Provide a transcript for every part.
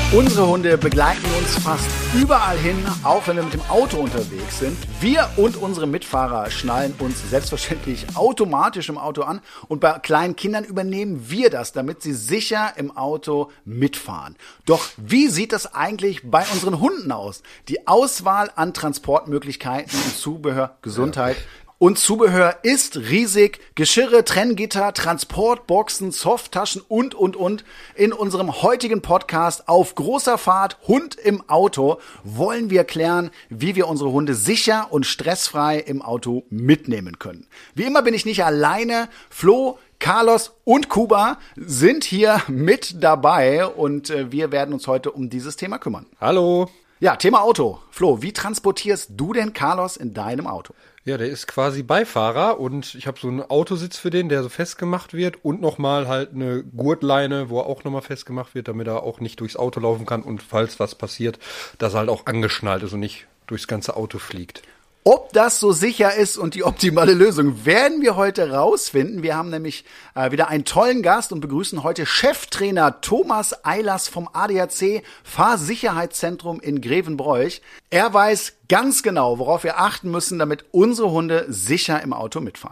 Unsere Hunde begleiten uns fast überall hin, auch wenn wir mit dem Auto unterwegs sind. Wir und unsere Mitfahrer schnallen uns selbstverständlich automatisch im Auto an und bei kleinen Kindern übernehmen wir das, damit sie sicher im Auto mitfahren. Doch wie sieht das eigentlich bei unseren Hunden aus? Die Auswahl an Transportmöglichkeiten und Zubehör, Gesundheit und Zubehör ist riesig. Geschirre, Trenngitter, Transportboxen, Softtaschen und. In unserem heutigen Podcast auf großer Fahrt Hund im Auto wollen wir klären, wie wir unsere Hunde sicher und stressfrei im Auto mitnehmen können. Wie immer bin ich nicht alleine. Flo, Carlos und Kuba sind hier mit dabei und wir werden uns heute um dieses Thema kümmern. Hallo. Ja, Thema Auto. Flo, wie transportierst du denn Carlos in deinem Auto? Ja, der ist quasi Beifahrer und ich habe so einen Autositz für den, der so festgemacht wird und nochmal halt eine Gurtleine, wo er auch nochmal festgemacht wird, damit er auch nicht durchs Auto laufen kann und falls was passiert, dass er halt auch angeschnallt ist und nicht durchs ganze Auto fliegt. Ob das so sicher ist und die optimale Lösung, werden wir heute rausfinden. Wir haben nämlich wieder einen tollen Gast und begrüßen heute Cheftrainer Thomas Eilers vom ADAC Fahrsicherheitszentrum in Grevenbroich. Er weiß ganz genau, worauf wir achten müssen, damit unsere Hunde sicher im Auto mitfahren.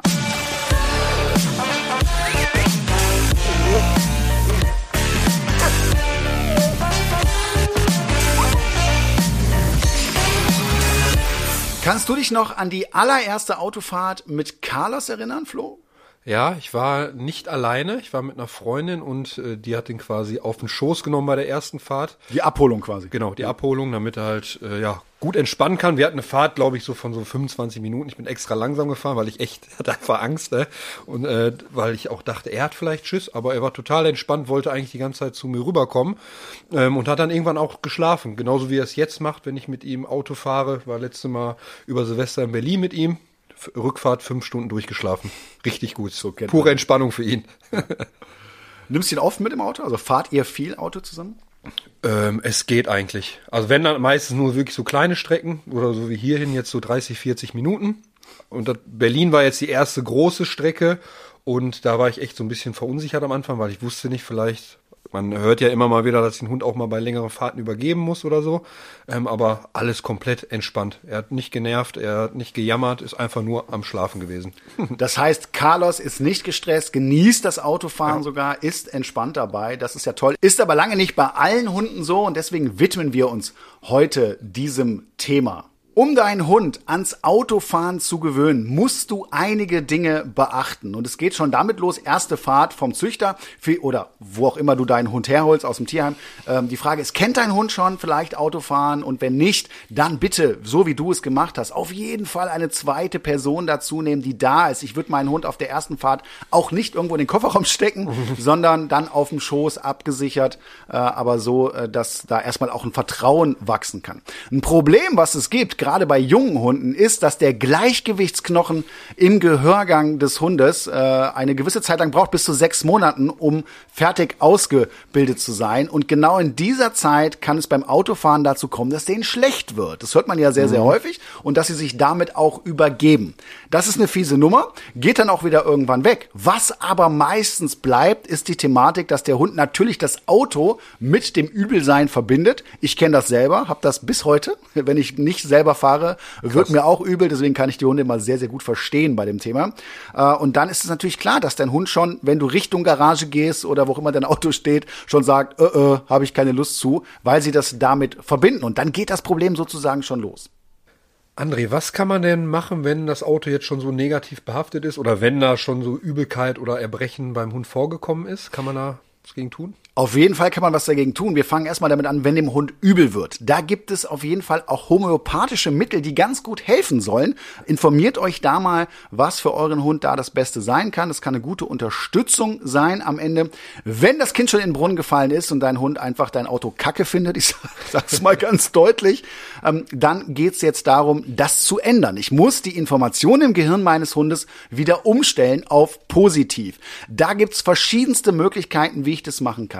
Kannst du dich noch an die allererste Autofahrt mit Carlos erinnern, Flo? Ja, ich war nicht alleine, ich war mit einer Freundin und die hat ihn quasi auf den Schoß genommen bei der ersten Fahrt. Die Abholung quasi. Genau, die Abholung, damit er halt gut entspannen kann. Wir hatten eine Fahrt, glaube ich, so von so 25 Minuten. Ich bin extra langsam gefahren, weil ich hatte einfach Angst, ne? Und weil ich auch dachte, er hat vielleicht Schiss, aber er war total entspannt, wollte eigentlich die ganze Zeit zu mir rüberkommen und hat dann irgendwann auch geschlafen. Genauso wie er es jetzt macht, wenn ich mit ihm Auto fahre. War letztes Mal über Silvester in Berlin mit ihm. Rückfahrt 5 Stunden durchgeschlafen. Richtig gut. So pure Entspannung für ihn. Nimmst du ihn oft mit im Auto? Also fahrt ihr viel Auto zusammen? Es geht eigentlich. Also wenn dann meistens nur wirklich so kleine Strecken oder so wie hierhin jetzt so 30, 40 Minuten. Und Berlin war jetzt die erste große Strecke und da war ich echt so ein bisschen verunsichert am Anfang, weil ich wusste nicht, vielleicht, man hört ja immer mal wieder, dass ich den Hund auch mal bei längeren Fahrten übergeben muss oder so. Aber alles komplett entspannt. Er hat nicht genervt, er hat nicht gejammert, ist einfach nur am Schlafen gewesen. Das heißt, Carlos ist nicht gestresst, genießt das Autofahren sogar, ist entspannt dabei. Das ist ja toll. Ist aber lange nicht bei allen Hunden so und deswegen widmen wir uns heute diesem Thema. Um deinen Hund ans Autofahren zu gewöhnen, musst du einige Dinge beachten. Und es geht schon damit los, erste Fahrt vom Züchter oder wo auch immer du deinen Hund herholst, aus dem Tierheim. Die Frage ist, kennt dein Hund schon vielleicht Autofahren? Und wenn nicht, dann bitte, so wie du es gemacht hast, auf jeden Fall eine zweite Person dazu nehmen, die da ist. Ich würde meinen Hund auf der ersten Fahrt auch nicht irgendwo in den Kofferraum stecken, sondern dann auf dem Schoß abgesichert, aber so, dass da erstmal auch ein Vertrauen wachsen kann. Ein Problem, was es gibt, gerade bei jungen Hunden, ist, dass der Gleichgewichtsknochen im Gehörgang des Hundes eine gewisse Zeit lang braucht, bis zu 6 Monaten, um fertig ausgebildet zu sein. Und genau in dieser Zeit kann es beim Autofahren dazu kommen, dass denen schlecht wird. Das hört man ja sehr, sehr häufig. Und dass sie sich damit auch übergeben. Das ist eine fiese Nummer, geht dann auch wieder irgendwann weg. Was aber meistens bleibt, ist die Thematik, dass der Hund natürlich das Auto mit dem Übelsein verbindet. Ich kenne das selber, habe das bis heute, wenn ich nicht selber fahre, wird mir auch übel, deswegen kann ich die Hunde immer sehr, sehr gut verstehen bei dem Thema. Und dann ist es natürlich klar, dass dein Hund schon, wenn du Richtung Garage gehst oder wo auch immer dein Auto steht, schon sagt, habe ich keine Lust zu, weil sie das damit verbinden. Und dann geht das Problem sozusagen schon los. André, was kann man denn machen, wenn das Auto jetzt schon so negativ behaftet ist oder wenn da schon so Übelkeit oder Erbrechen beim Hund vorgekommen ist? Kann man da was gegen tun? Auf jeden Fall kann man was dagegen tun. Wir fangen erstmal damit an, wenn dem Hund übel wird. Da gibt es auf jeden Fall auch homöopathische Mittel, die ganz gut helfen sollen. Informiert euch da mal, was für euren Hund da das Beste sein kann. Das kann eine gute Unterstützung sein am Ende. Wenn das Kind schon in den Brunnen gefallen ist und dein Hund einfach dein Auto kacke findet, ich sag's mal ganz deutlich, dann geht's jetzt darum, das zu ändern. Ich muss die Information im Gehirn meines Hundes wieder umstellen auf positiv. Da gibt's verschiedenste Möglichkeiten, wie ich das machen kann.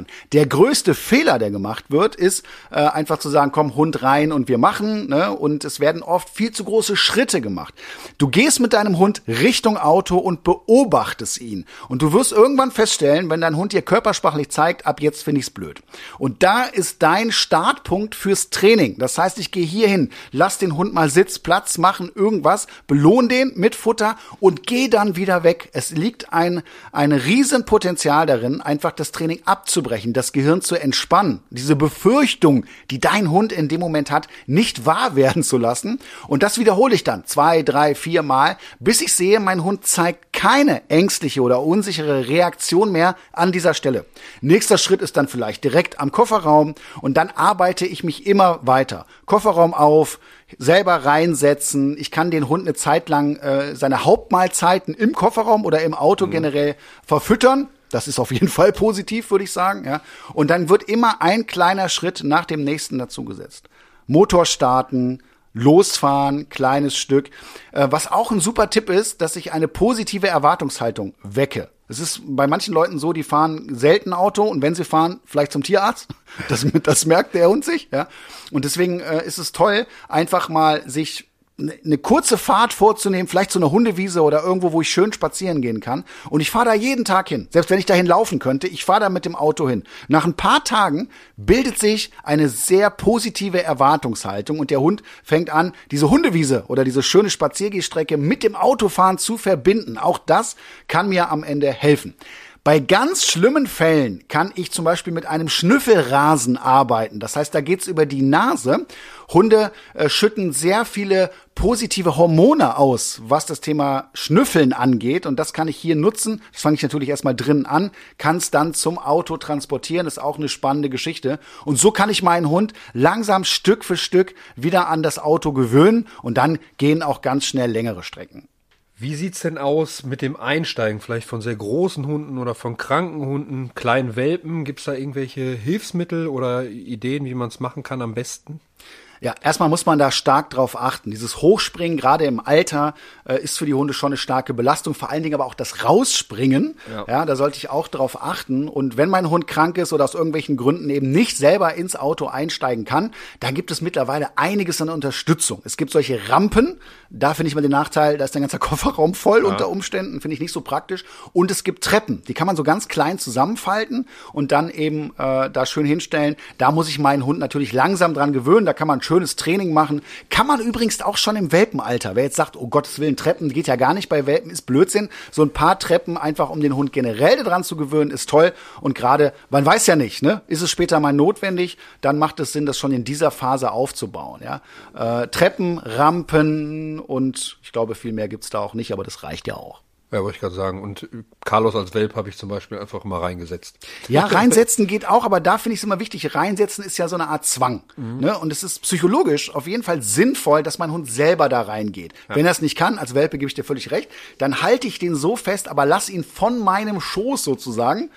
Der größte Fehler, der gemacht wird, ist einfach zu sagen, komm, Hund rein und wir machen, ne? Und es werden oft viel zu große Schritte gemacht. Du gehst mit deinem Hund Richtung Auto und beobachtest ihn. Und du wirst irgendwann feststellen, wenn dein Hund dir körpersprachlich zeigt, ab jetzt finde ich's blöd. Und da ist dein Startpunkt fürs Training. Das heißt, ich gehe hier hin, lass den Hund mal Sitz, Platz machen, irgendwas, belohn den mit Futter und geh dann wieder weg. Es liegt ein Riesenpotenzial darin, einfach das Training abzubrechen, das Gehirn zu entspannen, diese Befürchtung, die dein Hund in dem Moment hat, nicht wahr werden zu lassen. Und das wiederhole ich dann 2, 3, 4 Mal, bis ich sehe, mein Hund zeigt keine ängstliche oder unsichere Reaktion mehr an dieser Stelle. Nächster Schritt ist dann vielleicht direkt am Kofferraum und dann arbeite ich mich immer weiter. Kofferraum auf, selber reinsetzen. Ich kann den Hund eine Zeit lang seine Hauptmahlzeiten im Kofferraum oder im Auto generell verfüttern. Das ist auf jeden Fall positiv, würde ich sagen. Ja. Und dann wird immer ein kleiner Schritt nach dem nächsten dazugesetzt. Motor starten, losfahren, kleines Stück. Was auch ein super Tipp ist, dass ich eine positive Erwartungshaltung wecke. Es ist bei manchen Leuten so, die fahren selten Auto und wenn sie fahren, vielleicht zum Tierarzt. Das merkt der Hund sich. Ja. Und deswegen ist es toll, einfach mal sich eine kurze Fahrt vorzunehmen, vielleicht zu einer Hundewiese oder irgendwo, wo ich schön spazieren gehen kann. Und ich fahre da jeden Tag hin. Selbst wenn ich dahin laufen könnte, ich fahre da mit dem Auto hin. Nach ein paar Tagen bildet sich eine sehr positive Erwartungshaltung und der Hund fängt an, diese Hundewiese oder diese schöne Spaziergehstrecke mit dem Autofahren zu verbinden. Auch das kann mir am Ende helfen. Bei ganz schlimmen Fällen kann ich zum Beispiel mit einem Schnüffelrasen arbeiten. Das heißt, da geht's über die Nase. Hunde schütten sehr viele positive Hormone aus, was das Thema Schnüffeln angeht. Und das kann ich hier nutzen. Das fange ich natürlich erstmal drinnen an, kann es dann zum Auto transportieren. Das ist auch eine spannende Geschichte. Und so kann ich meinen Hund langsam Stück für Stück wieder an das Auto gewöhnen. Und dann gehen auch ganz schnell längere Strecken. Wie sieht's denn aus mit dem Einsteigen? Vielleicht von sehr großen Hunden oder von kranken Hunden, kleinen Welpen? Gibt's da irgendwelche Hilfsmittel oder Ideen, wie man es machen kann am besten? Ja, erstmal muss man da stark drauf achten. Dieses Hochspringen, gerade im Alter, ist für die Hunde schon eine starke Belastung. Vor allen Dingen aber auch das Rausspringen. Ja, da sollte ich auch drauf achten. Und wenn mein Hund krank ist oder aus irgendwelchen Gründen eben nicht selber ins Auto einsteigen kann, dann gibt es mittlerweile einiges an Unterstützung. Es gibt solche Rampen. Da finde ich mal den Nachteil, da ist der ganze Kofferraum voll unter Umständen. Finde ich nicht so praktisch. Und es gibt Treppen. Die kann man so ganz klein zusammenfalten und dann eben da schön hinstellen. Da muss ich meinen Hund natürlich langsam dran gewöhnen. Da kann man schönes Training machen. Kann man übrigens auch schon im Welpenalter. Wer jetzt sagt, oh Gottes Willen, Treppen geht ja gar nicht bei Welpen, ist Blödsinn. So ein paar Treppen einfach, um den Hund generell daran zu gewöhnen, ist toll. Und gerade, man weiß ja nicht, ne, ist es später mal notwendig, dann macht es Sinn, das schon in dieser Phase aufzubauen. Ja? Treppen, Rampen und ich glaube, viel mehr gibt's da auch nicht, aber das reicht ja auch. Ja, wollte ich gerade sagen. Und Carlos als Welp habe ich zum Beispiel einfach mal reingesetzt. Ja, reinsetzen geht auch, aber da finde ich es immer wichtig. Reinsetzen ist ja so eine Art Zwang. Ne? Und es ist psychologisch auf jeden Fall sinnvoll, dass mein Hund selber da reingeht. Ja. Wenn er es nicht kann, als Welpe gebe ich dir völlig recht, dann halte ich den so fest, aber lass ihn von meinem Schoß sozusagen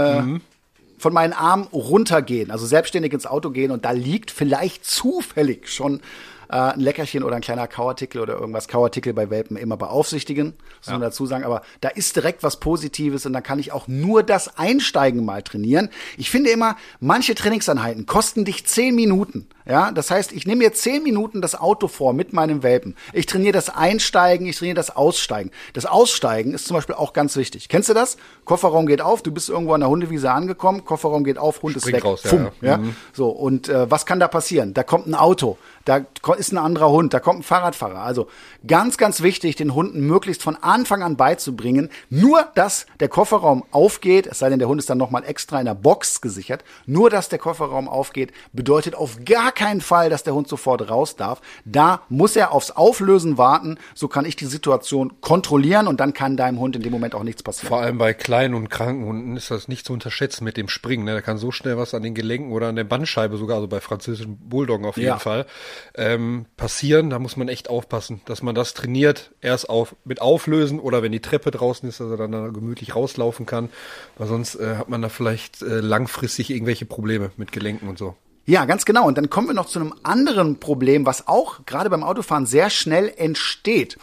von meinen Armen runtergehen. Also selbstständig ins Auto gehen und da liegt vielleicht zufällig schon ein Leckerchen oder ein kleiner Kauartikel oder irgendwas. Kauartikel bei Welpen immer beaufsichtigen, muss man dazu sagen. Aber da ist direkt was Positives und dann kann ich auch nur das Einsteigen mal trainieren. Ich finde immer, manche Trainingseinheiten kosten dich 10 Minuten. Ja, das heißt, ich nehme mir 10 Minuten das Auto vor mit meinem Welpen. Ich trainiere das Einsteigen, ich trainiere das Aussteigen. Das Aussteigen ist zum Beispiel auch ganz wichtig. Kennst du das? Kofferraum geht auf, du bist irgendwo an der Hundewiese angekommen, Kofferraum geht auf, Hund ist weg. Raus, ja. So, und was kann da passieren? Da kommt ein Auto, da ist ein anderer Hund, da kommt ein Fahrradfahrer. Also ganz, ganz wichtig, den Hunden möglichst von Anfang an beizubringen, nur dass der Kofferraum aufgeht, es sei denn, der Hund ist dann nochmal extra in der Box gesichert, nur dass der Kofferraum aufgeht, bedeutet auf gar keinen Fall, dass der Hund sofort raus darf. Da muss er aufs Auflösen warten, so kann ich die Situation kontrollieren und dann kann deinem Hund in dem Moment auch nichts passieren. Vor allem bei kleinen und kranken Hunden ist das nicht zu unterschätzen mit dem Springen. Ne? Da kann so schnell was an den Gelenken oder an der Bandscheibe sogar, also bei französischen Bulldoggen auf jeden Fall, passieren. Da muss man echt aufpassen, dass man das trainiert, erst mit Auflösen oder wenn die Treppe draußen ist, dass er dann da gemütlich rauslaufen kann, weil sonst hat man da vielleicht langfristig irgendwelche Probleme mit Gelenken und so. Ja, ganz genau. Und dann kommen wir noch zu einem anderen Problem, was auch gerade beim Autofahren sehr schnell entsteht.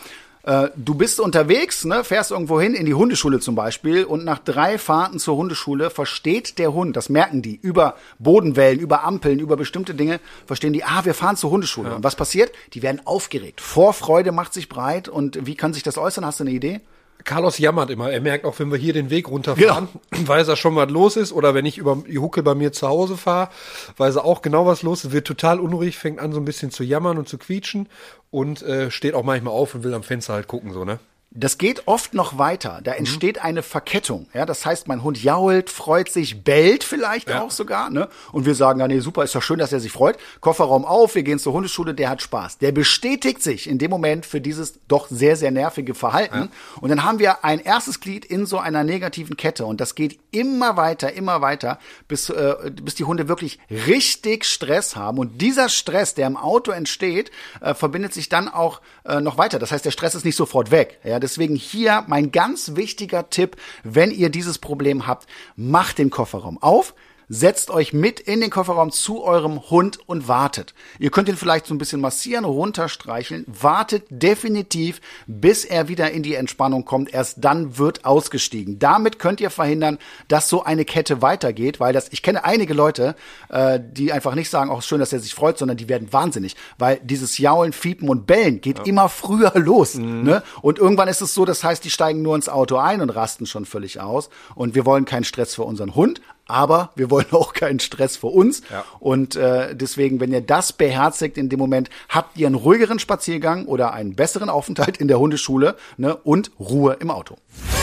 Du bist unterwegs, ne, fährst irgendwo hin, in die Hundeschule zum Beispiel, und nach 3 Fahrten zur Hundeschule versteht der Hund, das merken die, über Bodenwellen, über Ampeln, über bestimmte Dinge, verstehen die, wir fahren zur Hundeschule. Ja. Und was passiert? Die werden aufgeregt. Vorfreude macht sich breit. Und wie kann sich das äußern? Hast du eine Idee? Carlos jammert immer. Er merkt auch, wenn wir hier den Weg runterfahren, weiß er schon, was los ist. Oder wenn ich über die Hucke bei mir zu Hause fahre, weiß er auch genau, was los ist. Wird total unruhig, fängt an so ein bisschen zu jammern und zu quietschen und steht auch manchmal auf und will am Fenster halt gucken, so, ne? Das geht oft noch weiter. Da entsteht eine Verkettung. Ja, das heißt, mein Hund jault, freut sich, bellt vielleicht auch sogar. Ne? Und wir sagen, ja, nee, super, ist doch schön, dass er sich freut. Kofferraum auf, wir gehen zur Hundeschule, der hat Spaß. Der bestätigt sich in dem Moment für dieses doch sehr, sehr nervige Verhalten. Ja. Und dann haben wir ein erstes Glied in so einer negativen Kette. Und das geht immer weiter, bis die Hunde wirklich richtig Stress haben. Und dieser Stress, der im Auto entsteht, verbindet sich dann auch noch weiter. Das heißt, der Stress ist nicht sofort weg. Ja, deswegen hier mein ganz wichtiger Tipp, wenn ihr dieses Problem habt, macht den Kofferraum auf, setzt euch mit in den Kofferraum zu eurem Hund und wartet. Ihr könnt ihn vielleicht so ein bisschen massieren, runterstreicheln, wartet definitiv, bis er wieder in die Entspannung kommt. Erst dann wird ausgestiegen. Damit könnt ihr verhindern, dass so eine Kette weitergeht, weil ich kenne einige Leute, die einfach nicht sagen, schön, dass er sich freut, sondern die werden wahnsinnig, weil dieses Jaulen, Fiepen und Bellen geht immer früher los. Ne? Und irgendwann ist es so, das heißt, die steigen nur ins Auto ein und rasten schon völlig aus. Und wir wollen keinen Stress für unseren Hund, aber wir wollen auch keinen Stress für uns. Ja. Und deswegen, wenn ihr das beherzigt in dem Moment, habt ihr einen ruhigeren Spaziergang oder einen besseren Aufenthalt in der Hundeschule, ne, und Ruhe im Auto.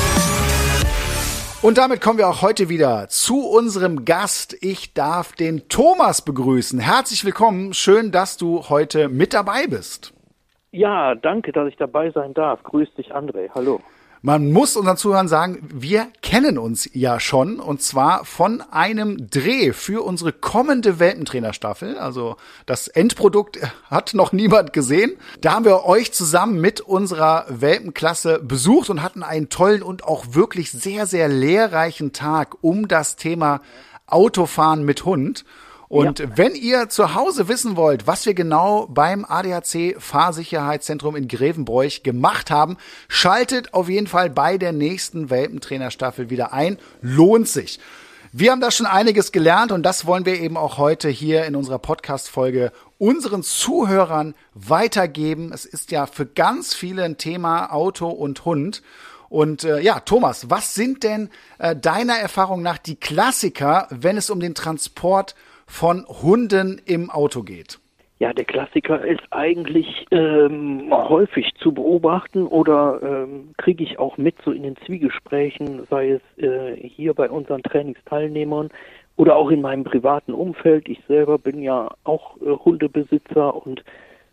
Und damit kommen wir auch heute wieder zu unserem Gast. Ich darf den Thomas begrüßen. Herzlich willkommen. Schön, dass du heute mit dabei bist. Ja, danke, dass ich dabei sein darf. Grüß dich, André. Hallo. Man muss unseren Zuhörern sagen, wir kennen uns ja schon, und zwar von einem Dreh für unsere kommende Welpentrainerstaffel. Also das Endprodukt hat noch niemand gesehen. Da haben wir euch zusammen mit unserer Welpenklasse besucht und hatten einen tollen und auch wirklich sehr, sehr lehrreichen Tag um das Thema Autofahren mit Hund. Und wenn ihr zu Hause wissen wollt, was wir genau beim ADAC Fahrsicherheitszentrum in Grevenbroich gemacht haben, schaltet auf jeden Fall bei der nächsten Welpentrainerstaffel wieder ein. Lohnt sich. Wir haben da schon einiges gelernt und das wollen wir eben auch heute hier in unserer Podcast-Folge unseren Zuhörern weitergeben. Es ist ja für ganz viele ein Thema Auto und Hund. Und Thomas, was sind denn deiner Erfahrung nach die Klassiker, wenn es um den Transport von Hunden im Auto geht? Ja, der Klassiker ist eigentlich häufig zu beobachten oder kriege ich auch mit so in den Zwiegesprächen, sei es hier bei unseren Trainingsteilnehmern oder auch in meinem privaten Umfeld. Ich selber bin ja auch Hundebesitzer und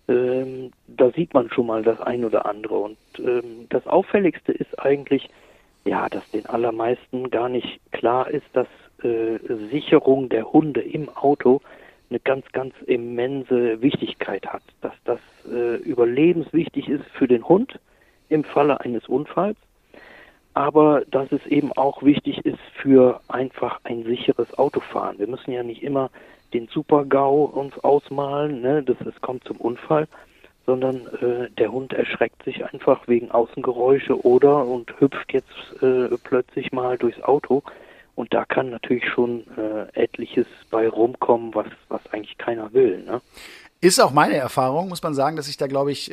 da sieht man schon mal das ein oder andere. Und das Auffälligste ist eigentlich, dass den allermeisten gar nicht klar ist, dass Sicherung der Hunde im Auto eine ganz, ganz immense Wichtigkeit hat. Dass das überlebenswichtig ist für den Hund im Falle eines Unfalls, aber dass es eben auch wichtig ist für einfach ein sicheres Autofahren. Wir müssen ja nicht immer den Super-GAU uns ausmalen, ne, es kommt zum Unfall, sondern der Hund erschreckt sich einfach wegen Außengeräusche und hüpft jetzt plötzlich mal durchs Auto. Und da kann natürlich schon etliches bei rumkommen, was eigentlich keiner will. Ne? Ist auch meine Erfahrung, muss man sagen, dass ich da, glaube ich,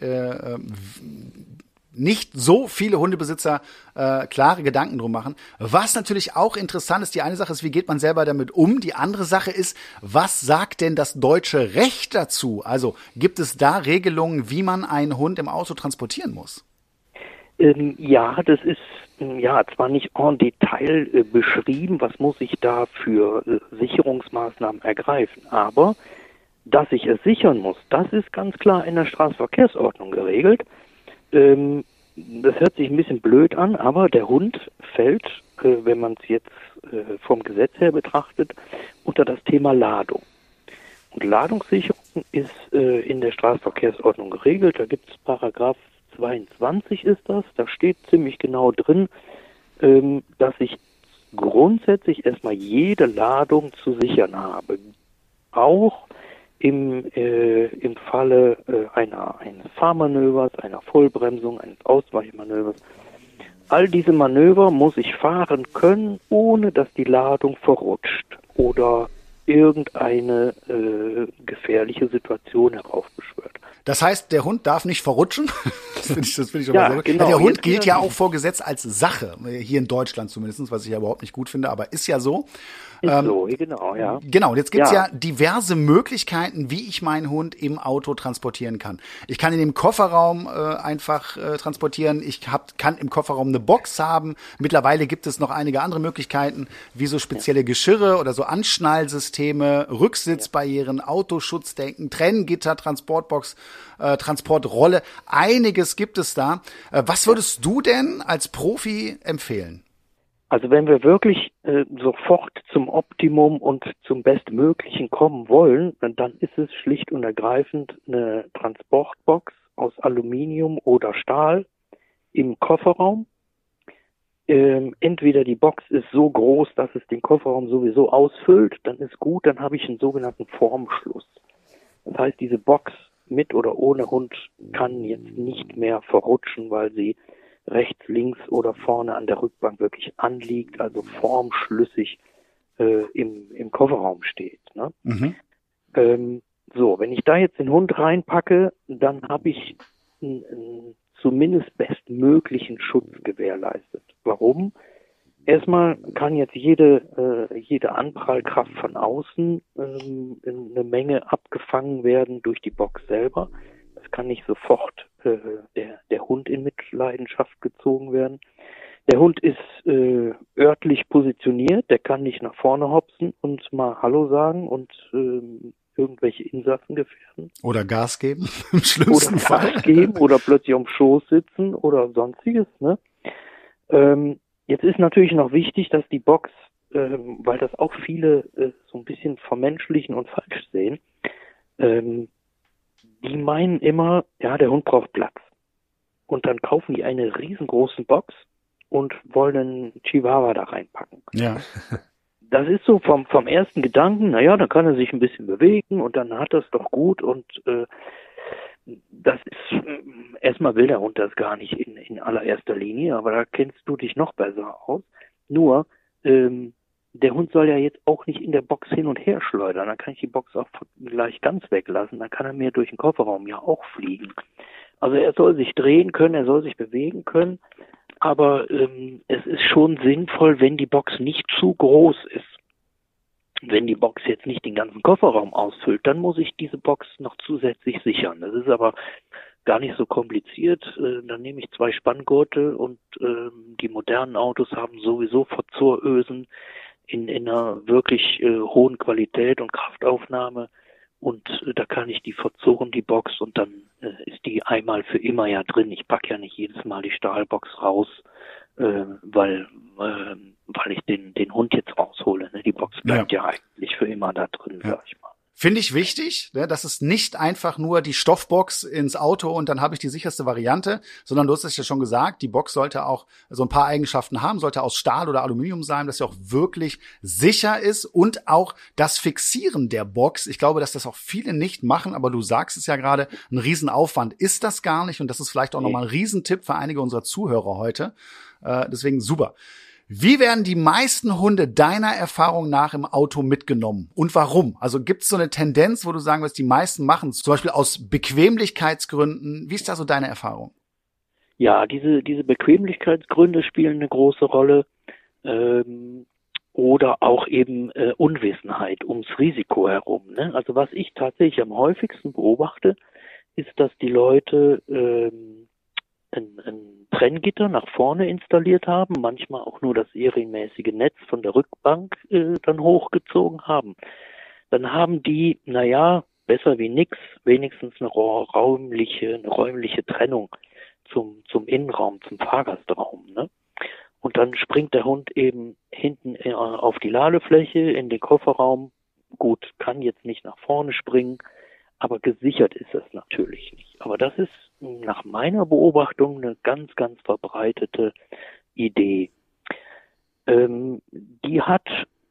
nicht so viele Hundebesitzer klare Gedanken drum machen. Was natürlich auch interessant ist, die eine Sache ist, wie geht man selber damit um? Die andere Sache ist, was sagt denn das deutsche Recht dazu? Also gibt es da Regelungen, wie man einen Hund im Auto transportieren muss? Das ist zwar nicht en Detail beschrieben, was muss ich da für Sicherungsmaßnahmen ergreifen, aber dass ich es sichern muss, das ist ganz klar in der Straßenverkehrsordnung geregelt. Das hört sich ein bisschen blöd an, aber der Hund fällt, wenn man es jetzt vom Gesetz her betrachtet, unter das Thema Ladung. Und Ladungssicherung ist in der Straßenverkehrsordnung geregelt. Da gibt es Paragraph 22 ist das, da steht ziemlich genau drin, dass ich grundsätzlich erstmal jede Ladung zu sichern habe. Auch im Falle eines Fahrmanövers, einer Vollbremsung, eines Ausweichmanövers. All diese Manöver muss ich fahren können, ohne dass die Ladung verrutscht oder irgendeine gefährliche Situation heraufbeschwört. Das heißt, der Hund darf nicht verrutschen? Das finde ich schon Ja, mal sehr gut. genau. Der Hund Jetzt gilt wieder ja so. auch vor Gesetz als Sache, hier in Deutschland zumindest, was ich ja überhaupt nicht gut finde, aber ist ja so. Ist so, genau, ja. Genau, und jetzt gibt's Ja. ja diverse Möglichkeiten, wie ich meinen Hund im Auto transportieren kann. Ich kann ihn im Kofferraum einfach transportieren. Kann im Kofferraum eine Box haben. Mittlerweile gibt es noch einige andere Möglichkeiten, wie so spezielle Geschirre oder so Anschnallsysteme, Rücksitzbarrieren, Autoschutzdenken, Trenngitter, Transportbox, Transportrolle. Einiges gibt es da. Was würdest du denn als Profi empfehlen? Also wenn wir wirklich sofort zum Optimum und zum Bestmöglichen kommen wollen, dann ist es schlicht und ergreifend eine Transportbox aus Aluminium oder Stahl im Kofferraum. Entweder die Box ist so groß, dass es den Kofferraum sowieso ausfüllt, dann ist gut, dann habe ich einen sogenannten Formschluss. Das heißt, diese Box mit oder ohne Hund kann jetzt nicht mehr verrutschen, weil sie rechts, links oder vorne an der Rückbank wirklich anliegt, also formschlüssig im Kofferraum steht. Ne? So, wenn ich da jetzt den Hund reinpacke, dann habe ich einen zumindest bestmöglichen Schutz gewährleistet. Warum? Erstmal kann jetzt jede Anprallkraft von außen eine Menge abgefangen werden durch die Box selber. Es kann nicht sofort der Hund in Mitleidenschaft gezogen werden. Der Hund ist örtlich positioniert, der kann nicht nach vorne hopsen und mal Hallo sagen und irgendwelche Insassen gefährden. Oder Gas geben, im schlimmsten Fall. Oder Gas geben oder plötzlich am Schoß sitzen oder sonstiges. Ne? Jetzt ist natürlich noch wichtig, dass die Box, weil das auch viele so ein bisschen vermenschlichen und falsch sehen, die meinen immer, ja, der Hund braucht Platz. Und dann kaufen die eine riesengroße Box und wollen einen Chihuahua da reinpacken. Ja. Das ist so vom ersten Gedanken, naja, dann kann er sich ein bisschen bewegen und dann hat er es doch gut und das ist, erstmal will der Hund das gar nicht in allererster Linie, aber da kennst du dich noch besser aus. Nur, der Hund soll ja jetzt auch nicht in der Box hin und her schleudern. Dann kann ich die Box auch gleich ganz weglassen. Dann kann er mir durch den Kofferraum ja auch fliegen. Also er soll sich drehen können, er soll sich bewegen können. Aber es ist schon sinnvoll, wenn die Box nicht zu groß ist. Wenn die Box jetzt nicht den ganzen Kofferraum ausfüllt, dann muss ich diese Box noch zusätzlich sichern. Das ist aber gar nicht so kompliziert. Dann nehme ich 2 Spanngurte und die modernen Autos haben sowieso Verzurösen in einer wirklich hohen Qualität und Kraftaufnahme und da kann ich die verzurren, die Box, und dann ist die einmal für immer ja drin. Ich packe ja nicht jedes Mal die Stahlbox raus, weil ich den Hund jetzt raushole. Ne? Die Box bleibt ja eigentlich für immer da drin, sag ich mal. Finde ich wichtig, ne, dass es nicht einfach nur die Stoffbox ins Auto und dann habe ich die sicherste Variante, sondern du hast es ja schon gesagt, die Box sollte auch so ein paar Eigenschaften haben, sollte aus Stahl oder Aluminium sein, dass sie auch wirklich sicher ist und auch das Fixieren der Box. Ich glaube, dass das auch viele nicht machen, aber du sagst es ja gerade, ein Riesenaufwand ist das gar nicht und das ist vielleicht auch nochmal ein Riesentipp für einige unserer Zuhörer heute. Deswegen super. Wie werden die meisten Hunde deiner Erfahrung nach im Auto mitgenommen und warum? Also gibt es so eine Tendenz, wo du sagen wirst, die meisten machen es, zum Beispiel aus Bequemlichkeitsgründen? Wie ist da so deine Erfahrung? Ja, diese Bequemlichkeitsgründe spielen eine große Rolle oder auch eben Unwissenheit ums Risiko herum. Ne? Also was ich tatsächlich am häufigsten beobachte, ist, dass die Leute ein Trenngitter nach vorne installiert haben, manchmal auch nur das serienmäßige Netz von der Rückbank dann hochgezogen haben. Dann haben die, besser wie nix, wenigstens eine räumliche Trennung zum Innenraum, zum Fahrgastraum. Ne? Und dann springt der Hund eben hinten auf die Ladefläche in den Kofferraum. Gut, kann jetzt nicht nach vorne springen, aber gesichert ist das natürlich nicht. Aber das ist nach meiner Beobachtung eine ganz, ganz verbreitete Idee. Die hat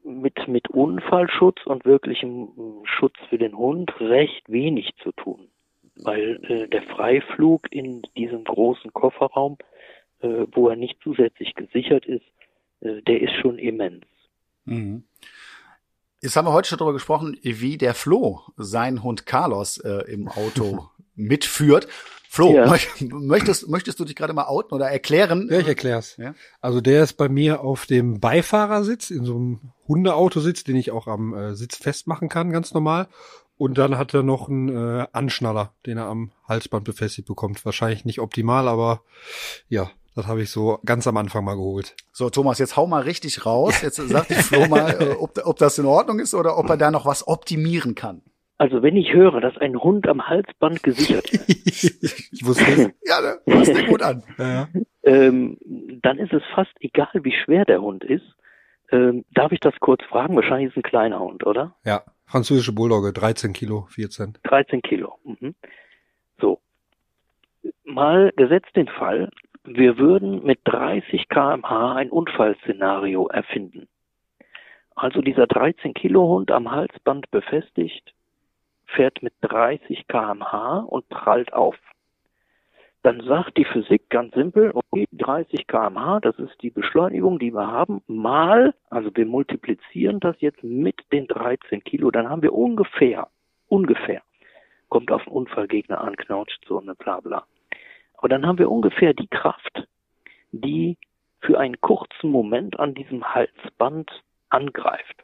mit Unfallschutz und wirklichem Schutz für den Hund recht wenig zu tun. Weil der Freiflug in diesem großen Kofferraum, wo er nicht zusätzlich gesichert ist, der ist schon immens. Mhm. Jetzt haben wir heute schon darüber gesprochen, wie der Flo seinen Hund Carlos im Auto mitführt. Flo, Ja. möchtest du dich gerade mal outen oder erklären? Ja, ich erklär's. Ja? Also der ist bei mir auf dem Beifahrersitz, in so einem Hundeautositz, den ich auch am Sitz festmachen kann, ganz normal. Und dann hat er noch einen Anschnaller, den er am Halsband befestigt bekommt. Wahrscheinlich nicht optimal, aber ja, das habe ich so ganz am Anfang mal geholt. So, Thomas, jetzt hau mal richtig raus. Jetzt sagt der Flo mal, ob das in Ordnung ist oder ob er da noch was optimieren kann. Also wenn ich höre, dass ein Hund am Halsband gesichert ist, Ich wusste es. Ja, ne? Hört sich gut an. Ja. dann ist es fast egal, wie schwer der Hund ist. Darf ich das kurz fragen? Wahrscheinlich ist es ein kleiner Hund, oder? Ja, französische Bulldogge, 13 Kilo, 14. 13 Kilo. Mhm. So. Mal gesetzt den Fall, wir würden mit 30 km/h ein Unfallszenario erfinden. Also dieser 13 Kilo Hund am Halsband befestigt, fährt mit 30 km/h und prallt auf. Dann sagt die Physik ganz simpel, okay, 30 km/h, das ist die Beschleunigung, die wir haben, mal, also wir multiplizieren das jetzt mit den 13 Kilo, dann haben wir ungefähr, kommt auf den Unfallgegner an, Knautschzone, bla bla. Aber dann haben wir ungefähr die Kraft, die für einen kurzen Moment an diesem Halsband angreift.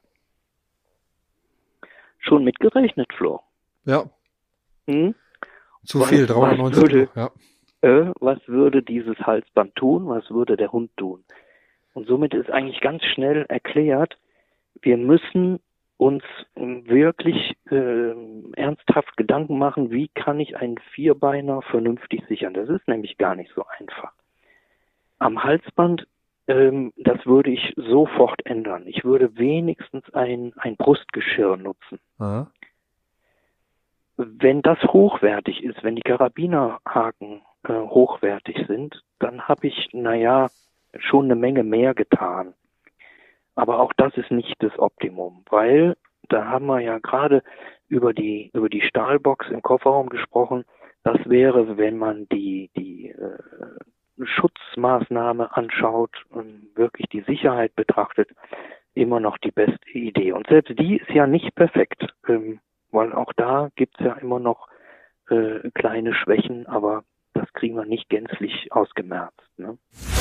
Schon mitgerechnet, Flo? Ja, Hm? zu viel, 390 Kilo. Ja. Was würde dieses Halsband tun? Was würde der Hund tun? Und somit ist eigentlich ganz schnell erklärt, wir müssen uns wirklich ernsthaft Gedanken machen, wie kann ich einen Vierbeiner vernünftig sichern? Das ist nämlich gar nicht so einfach. Am Halsband, das würde ich sofort ändern. Ich würde wenigstens ein Brustgeschirr nutzen. Aha. Wenn das hochwertig ist, wenn die Karabinerhaken hochwertig sind, dann habe ich, schon eine Menge mehr getan. Aber auch das ist nicht das Optimum, weil da haben wir ja gerade über die Stahlbox im Kofferraum gesprochen. Das wäre, wenn man die Schutzmaßnahme anschaut und wirklich die Sicherheit betrachtet, immer noch die beste Idee. Und selbst die ist ja nicht perfekt, weil auch da gibt's ja immer noch kleine Schwächen, aber das kriegen wir nicht gänzlich ausgemerzt. Ne?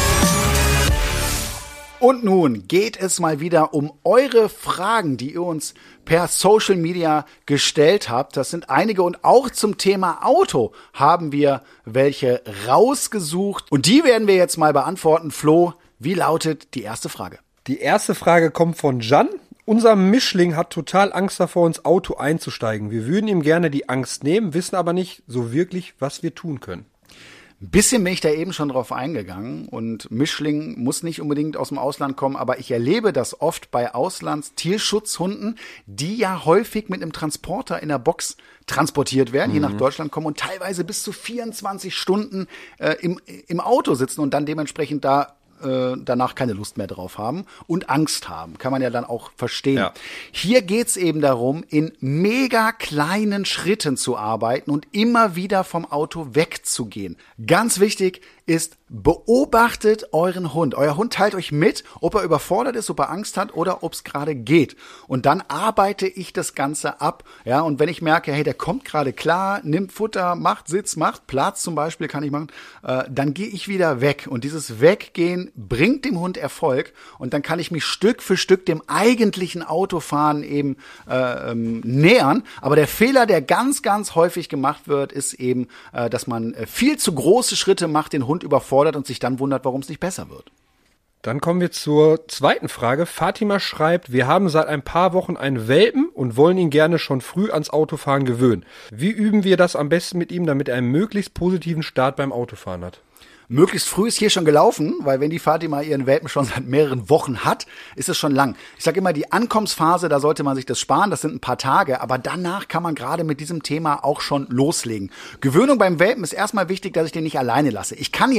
Und nun geht es mal wieder um eure Fragen, die ihr uns per Social Media gestellt habt. Das sind einige und auch zum Thema Auto haben wir welche rausgesucht. Und die werden wir jetzt mal beantworten. Flo, wie lautet die erste Frage? Die erste Frage kommt von Jan. Unser Mischling hat total Angst davor, ins Auto einzusteigen. Wir würden ihm gerne die Angst nehmen, wissen aber nicht so wirklich, was wir tun können. Ein bisschen bin ich da eben schon drauf eingegangen und Mischling muss nicht unbedingt aus dem Ausland kommen, aber ich erlebe das oft bei Auslandstierschutzhunden, die ja häufig mit einem Transporter in der Box transportiert werden, hier nach Deutschland kommen und teilweise bis zu 24 Stunden im Auto sitzen und dann dementsprechend danach keine Lust mehr drauf haben und Angst haben. Kann man ja dann auch verstehen. Ja. Hier geht's eben darum, in mega kleinen Schritten zu arbeiten und immer wieder vom Auto wegzugehen. Ganz wichtig ist, beobachtet euren Hund. Euer Hund teilt euch mit, ob er überfordert ist, ob er Angst hat oder ob es gerade geht. Und dann arbeite ich das Ganze ab. Ja, und wenn ich merke, hey, der kommt gerade klar, nimmt Futter, macht Sitz, macht Platz zum Beispiel, kann ich machen, dann gehe ich wieder weg. Und dieses Weggehen bringt dem Hund Erfolg. Und dann kann ich mich Stück für Stück dem eigentlichen Autofahren eben nähern. Aber der Fehler, der ganz, ganz häufig gemacht wird, ist eben, dass man viel zu große Schritte macht, den Hund überfordert und sich dann wundert, warum es nicht besser wird. Dann kommen wir zur zweiten Frage. Fatima schreibt, wir haben seit ein paar Wochen einen Welpen und wollen ihn gerne schon früh ans Autofahren gewöhnen. Wie üben wir das am besten mit ihm, damit er einen möglichst positiven Start beim Autofahren hat? Möglichst früh ist hier schon gelaufen, weil wenn die Fatima ihren Welpen schon seit mehreren Wochen hat, ist es schon lang. Ich sage immer, die Ankommensphase, da sollte man sich das sparen, das sind ein paar Tage, aber danach kann man gerade mit diesem Thema auch schon loslegen. Gewöhnung beim Welpen ist erstmal wichtig, dass ich den nicht alleine lasse. Ich kann jetzt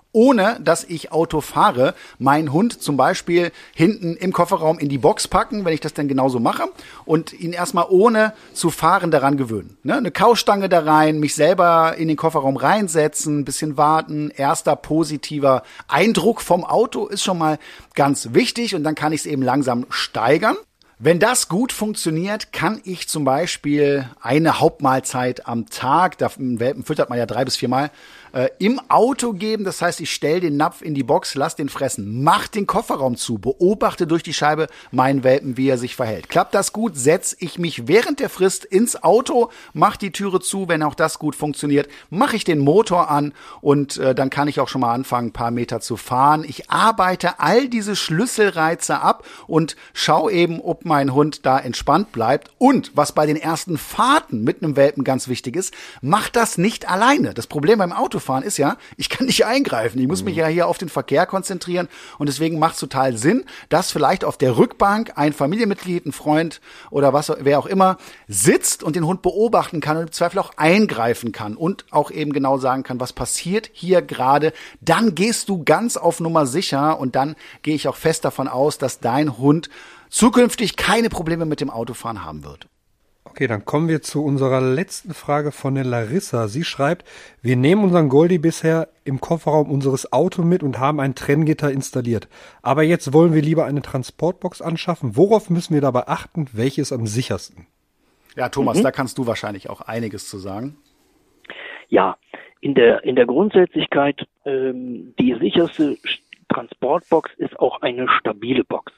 ohne dass ich Auto fahre, meinen Hund zum Beispiel hinten im Kofferraum in die Box packen, wenn ich das dann genauso mache, und ihn erstmal ohne zu fahren daran gewöhnen. Ne? Eine Kaustange da rein, mich selber in den Kofferraum reinsetzen, ein bisschen warten. Erster positiver Eindruck vom Auto ist schon mal ganz wichtig und dann kann ich es eben langsam steigern. Wenn das gut funktioniert, kann ich zum Beispiel eine Hauptmahlzeit am Tag, einen Welpen füttert man ja 3 bis 4 Mal, im Auto geben. Das heißt, ich stelle den Napf in die Box, lass den fressen, mach den Kofferraum zu, beobachte durch die Scheibe meinen Welpen, wie er sich verhält. Klappt das gut, setze ich mich während der Frist ins Auto, mach die Türe zu. Wenn auch das gut funktioniert, mache ich den Motor an und dann kann ich auch schon mal anfangen, ein paar Meter zu fahren. Ich arbeite all diese Schlüsselreize ab und schaue eben, ob mein Hund da entspannt bleibt. Und was bei den ersten Fahrten mit einem Welpen ganz wichtig ist, mach das nicht alleine. Das Problem beim Autofahren ist ja, ich kann nicht eingreifen. Ich muss mich ja hier auf den Verkehr konzentrieren und deswegen macht es total Sinn, dass vielleicht auf der Rückbank ein Familienmitglied, ein Freund oder wer auch immer sitzt und den Hund beobachten kann und im Zweifel auch eingreifen kann und auch eben genau sagen kann, was passiert hier gerade. Dann gehst du ganz auf Nummer sicher und dann gehe ich auch fest davon aus, dass dein Hund zukünftig keine Probleme mit dem Autofahren haben wird. Okay, dann kommen wir zu unserer letzten Frage von der Larissa. Sie schreibt, wir nehmen unseren Goldie bisher im Kofferraum unseres Autos mit und haben ein Trenngitter installiert. Aber jetzt wollen wir lieber eine Transportbox anschaffen. Worauf müssen wir dabei achten? Welche ist am sichersten? Ja, Thomas, da kannst du wahrscheinlich auch einiges zu sagen. Ja, in der Grundsätzlichkeit, die sicherste Transportbox ist auch eine stabile Box.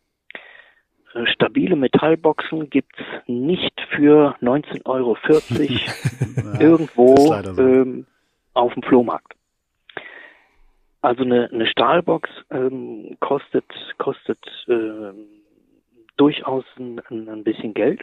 Stabile Metallboxen gibt's nicht für 19,40 Euro ja, irgendwo so. Auf dem Flohmarkt. Also eine Stahlbox kostet durchaus ein bisschen Geld,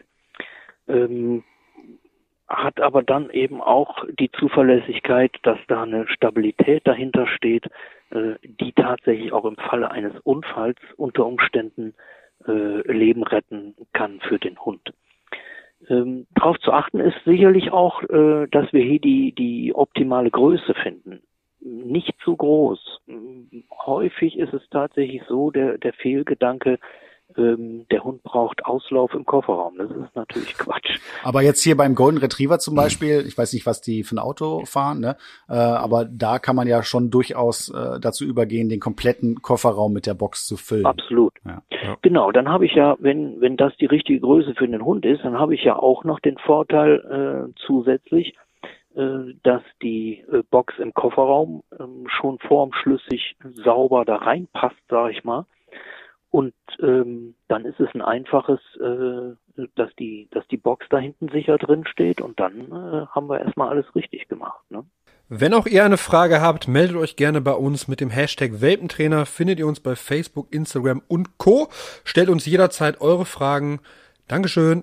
hat aber dann eben auch die Zuverlässigkeit, dass da eine Stabilität dahinter steht, die tatsächlich auch im Falle eines Unfalls unter Umständen Leben retten kann für den Hund. Darauf zu achten ist sicherlich auch, dass wir hier die optimale Größe finden. Nicht zu groß. Häufig ist es tatsächlich so, der Fehlgedanke, der Hund braucht Auslauf im Kofferraum. Das ist natürlich Quatsch. Aber jetzt hier beim Golden Retriever zum Beispiel, ich weiß nicht, was die für ein Auto fahren, ne? Aber da kann man ja schon durchaus dazu übergehen, den kompletten Kofferraum mit der Box zu füllen. Absolut. Ja. Genau, dann habe ich ja, wenn das die richtige Größe für den Hund ist, dann habe ich ja auch noch den Vorteil zusätzlich, dass die Box im Kofferraum schon formschlüssig sauber da reinpasst, sage ich mal. Und dann ist es ein einfaches, dass die Box da hinten sicher drin steht und dann haben wir erstmal alles richtig gemacht. Ne? Wenn auch ihr eine Frage habt, meldet euch gerne bei uns mit dem Hashtag Welpentrainer. Findet ihr uns bei Facebook, Instagram und Co. Stellt uns jederzeit eure Fragen. Dankeschön.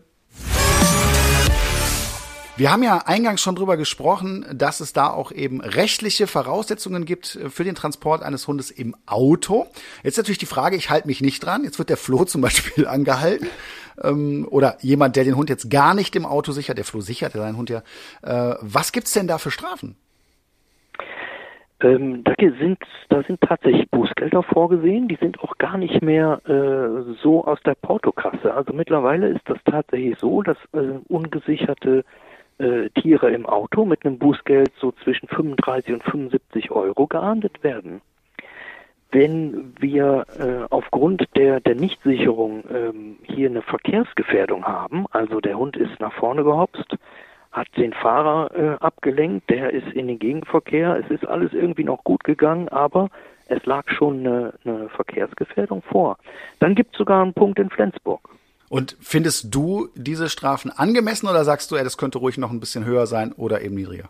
Wir haben ja eingangs schon drüber gesprochen, dass es da auch eben rechtliche Voraussetzungen gibt für den Transport eines Hundes im Auto. Jetzt natürlich die Frage, ich halte mich nicht dran. Jetzt wird der Flo zum Beispiel angehalten. Oder jemand, der den Hund jetzt gar nicht im Auto sichert. Der Flo sichert ja seinen Hund ja. Was gibt's denn da für Strafen? Da sind tatsächlich Bußgelder vorgesehen. Die sind auch gar nicht mehr so aus der Portokasse. Also mittlerweile ist das tatsächlich so, dass ungesicherte Tiere im Auto mit einem Bußgeld so zwischen 35 und 75 Euro geahndet werden. Wenn wir aufgrund der Nichtsicherung hier eine Verkehrsgefährdung haben, also der Hund ist nach vorne gehopst, hat den Fahrer abgelenkt, der ist in den Gegenverkehr, es ist alles irgendwie noch gut gegangen, aber es lag schon eine Verkehrsgefährdung vor. Dann gibt es sogar einen Punkt in Flensburg. Und findest du diese Strafen angemessen oder sagst du, das könnte ruhig noch ein bisschen höher sein oder eben niedriger?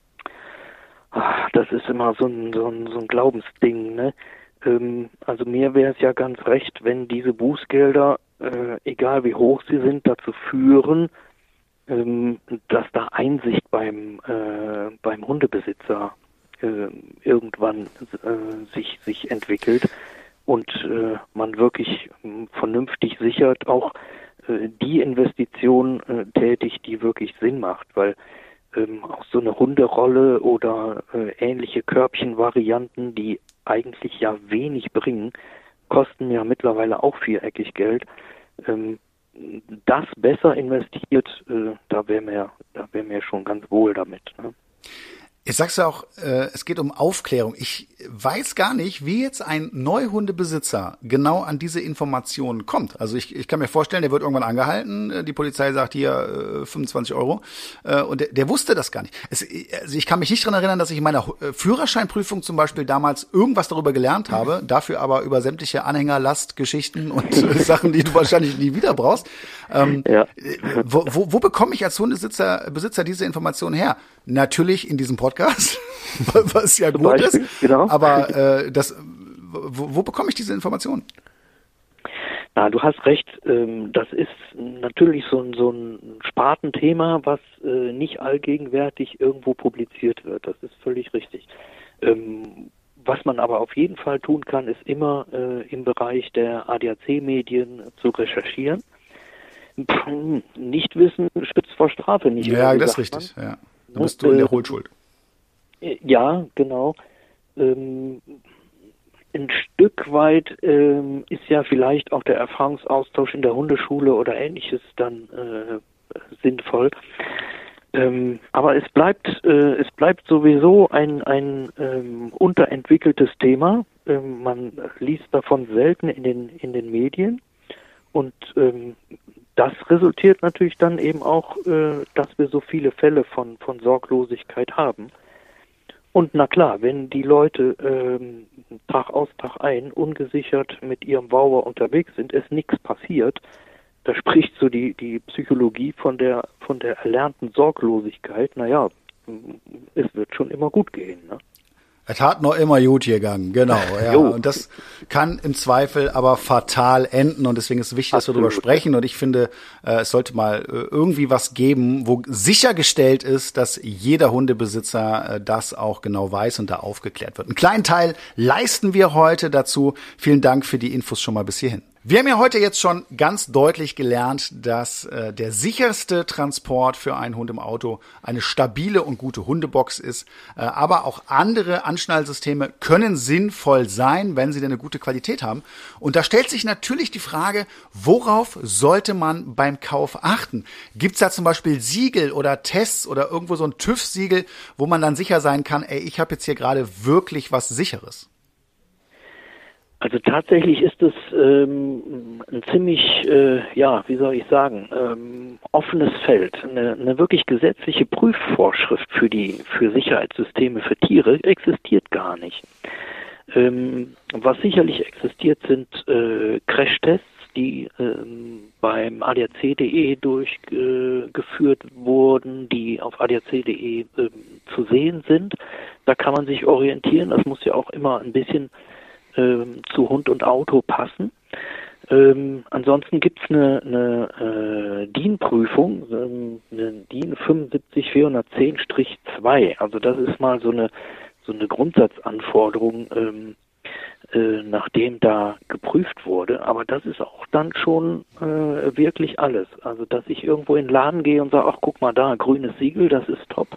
Das ist immer so ein Glaubensding, ne? Also mir wäre es ja ganz recht, wenn diese Bußgelder, egal wie hoch sie sind, dazu führen, dass da Einsicht beim Hundebesitzer irgendwann sich entwickelt und man wirklich vernünftig sichert, auch die Investition tätigt, die wirklich Sinn macht, weil Auch so eine Hunderolle oder ähnliche Körbchenvarianten, die eigentlich ja wenig bringen, kosten ja mittlerweile auch viereckig Geld. Das besser investiert, da wäre mir schon ganz wohl damit. Ne? Jetzt sagst du auch, es geht um Aufklärung. Ich weiß gar nicht, wie jetzt ein Neuhundebesitzer genau an diese Informationen kommt. Also ich kann mir vorstellen, der wird irgendwann angehalten. Die Polizei sagt hier 25 Euro. Und der wusste das gar nicht. Also ich kann mich nicht dran erinnern, dass ich in meiner Führerscheinprüfung zum Beispiel damals irgendwas darüber gelernt habe. Dafür aber über sämtliche Anhängerlastgeschichten und Sachen, die du wahrscheinlich nie wieder brauchst. Wo bekomme ich als Hundebesitzer diese Informationen her? Natürlich in diesem Podcast, was ja gut Beispiel, ist. Genau. Aber wo bekomme ich diese Informationen? Na, du hast recht. Das ist natürlich so ein Spartenthema, was nicht allgegenwärtig irgendwo publiziert wird. Das ist völlig richtig. Was man aber auf jeden Fall tun kann, ist immer im Bereich der ADAC-Medien zu recherchieren. Nicht wissen schützt vor Strafe nicht. Ja, das ist richtig. Ja. Da bist du in der Hohlschuld. Ja, genau. Ein Stück weit ist ja vielleicht auch der Erfahrungsaustausch in der Hundeschule oder Ähnliches dann sinnvoll. Aber es bleibt sowieso ein unterentwickeltes Thema. Man liest davon selten in den Medien und das resultiert natürlich dann eben auch, dass wir so viele Fälle von Sorglosigkeit haben. Und na klar, wenn die Leute Tag aus, Tag ein ungesichert mit ihrem Wauer unterwegs sind, es nichts passiert, da spricht so die Psychologie von der erlernten Sorglosigkeit. Naja, es wird schon immer gut gehen, ne? Es hat noch immer gut gegangen, genau. Ja. Und das kann im Zweifel aber fatal enden und deswegen ist es wichtig, dass wir darüber sprechen. Und ich finde, es sollte mal irgendwie was geben, wo sichergestellt ist, dass jeder Hundebesitzer das auch genau weiß und da aufgeklärt wird. Einen kleinen Teil leisten wir heute dazu. Vielen Dank für die Infos schon mal bis hierhin. Wir haben ja heute jetzt schon ganz deutlich gelernt, dass der sicherste Transport für einen Hund im Auto eine stabile und gute Hundebox ist. Aber auch andere Anschnallsysteme können sinnvoll sein, wenn sie denn eine gute Qualität haben. Und da stellt sich natürlich die Frage, worauf sollte man beim Kauf achten? Gibt es da zum Beispiel Siegel oder Tests oder irgendwo so ein TÜV-Siegel, wo man dann sicher sein kann, ich habe jetzt hier gerade wirklich was Sicheres? Also tatsächlich ist es ein ziemlich, wie soll ich sagen, offenes Feld. Eine wirklich gesetzliche Prüfvorschrift für Sicherheitssysteme für Tiere existiert gar nicht. Was sicherlich existiert, sind Crashtests, die beim ADAC.de durchgeführt wurden, die auf ADAC.de zu sehen sind. Da kann man sich orientieren. Das muss ja auch immer ein bisschen zu Hund und Auto passen. Ansonsten gibt's eine DIN-Prüfung, eine DIN 75410-2. Also das ist mal so eine Grundsatzanforderung, nachdem da geprüft wurde. Aber das ist auch dann schon wirklich alles. Also dass ich irgendwo in den Laden gehe und sage, ach guck mal da, grünes Siegel, das ist top.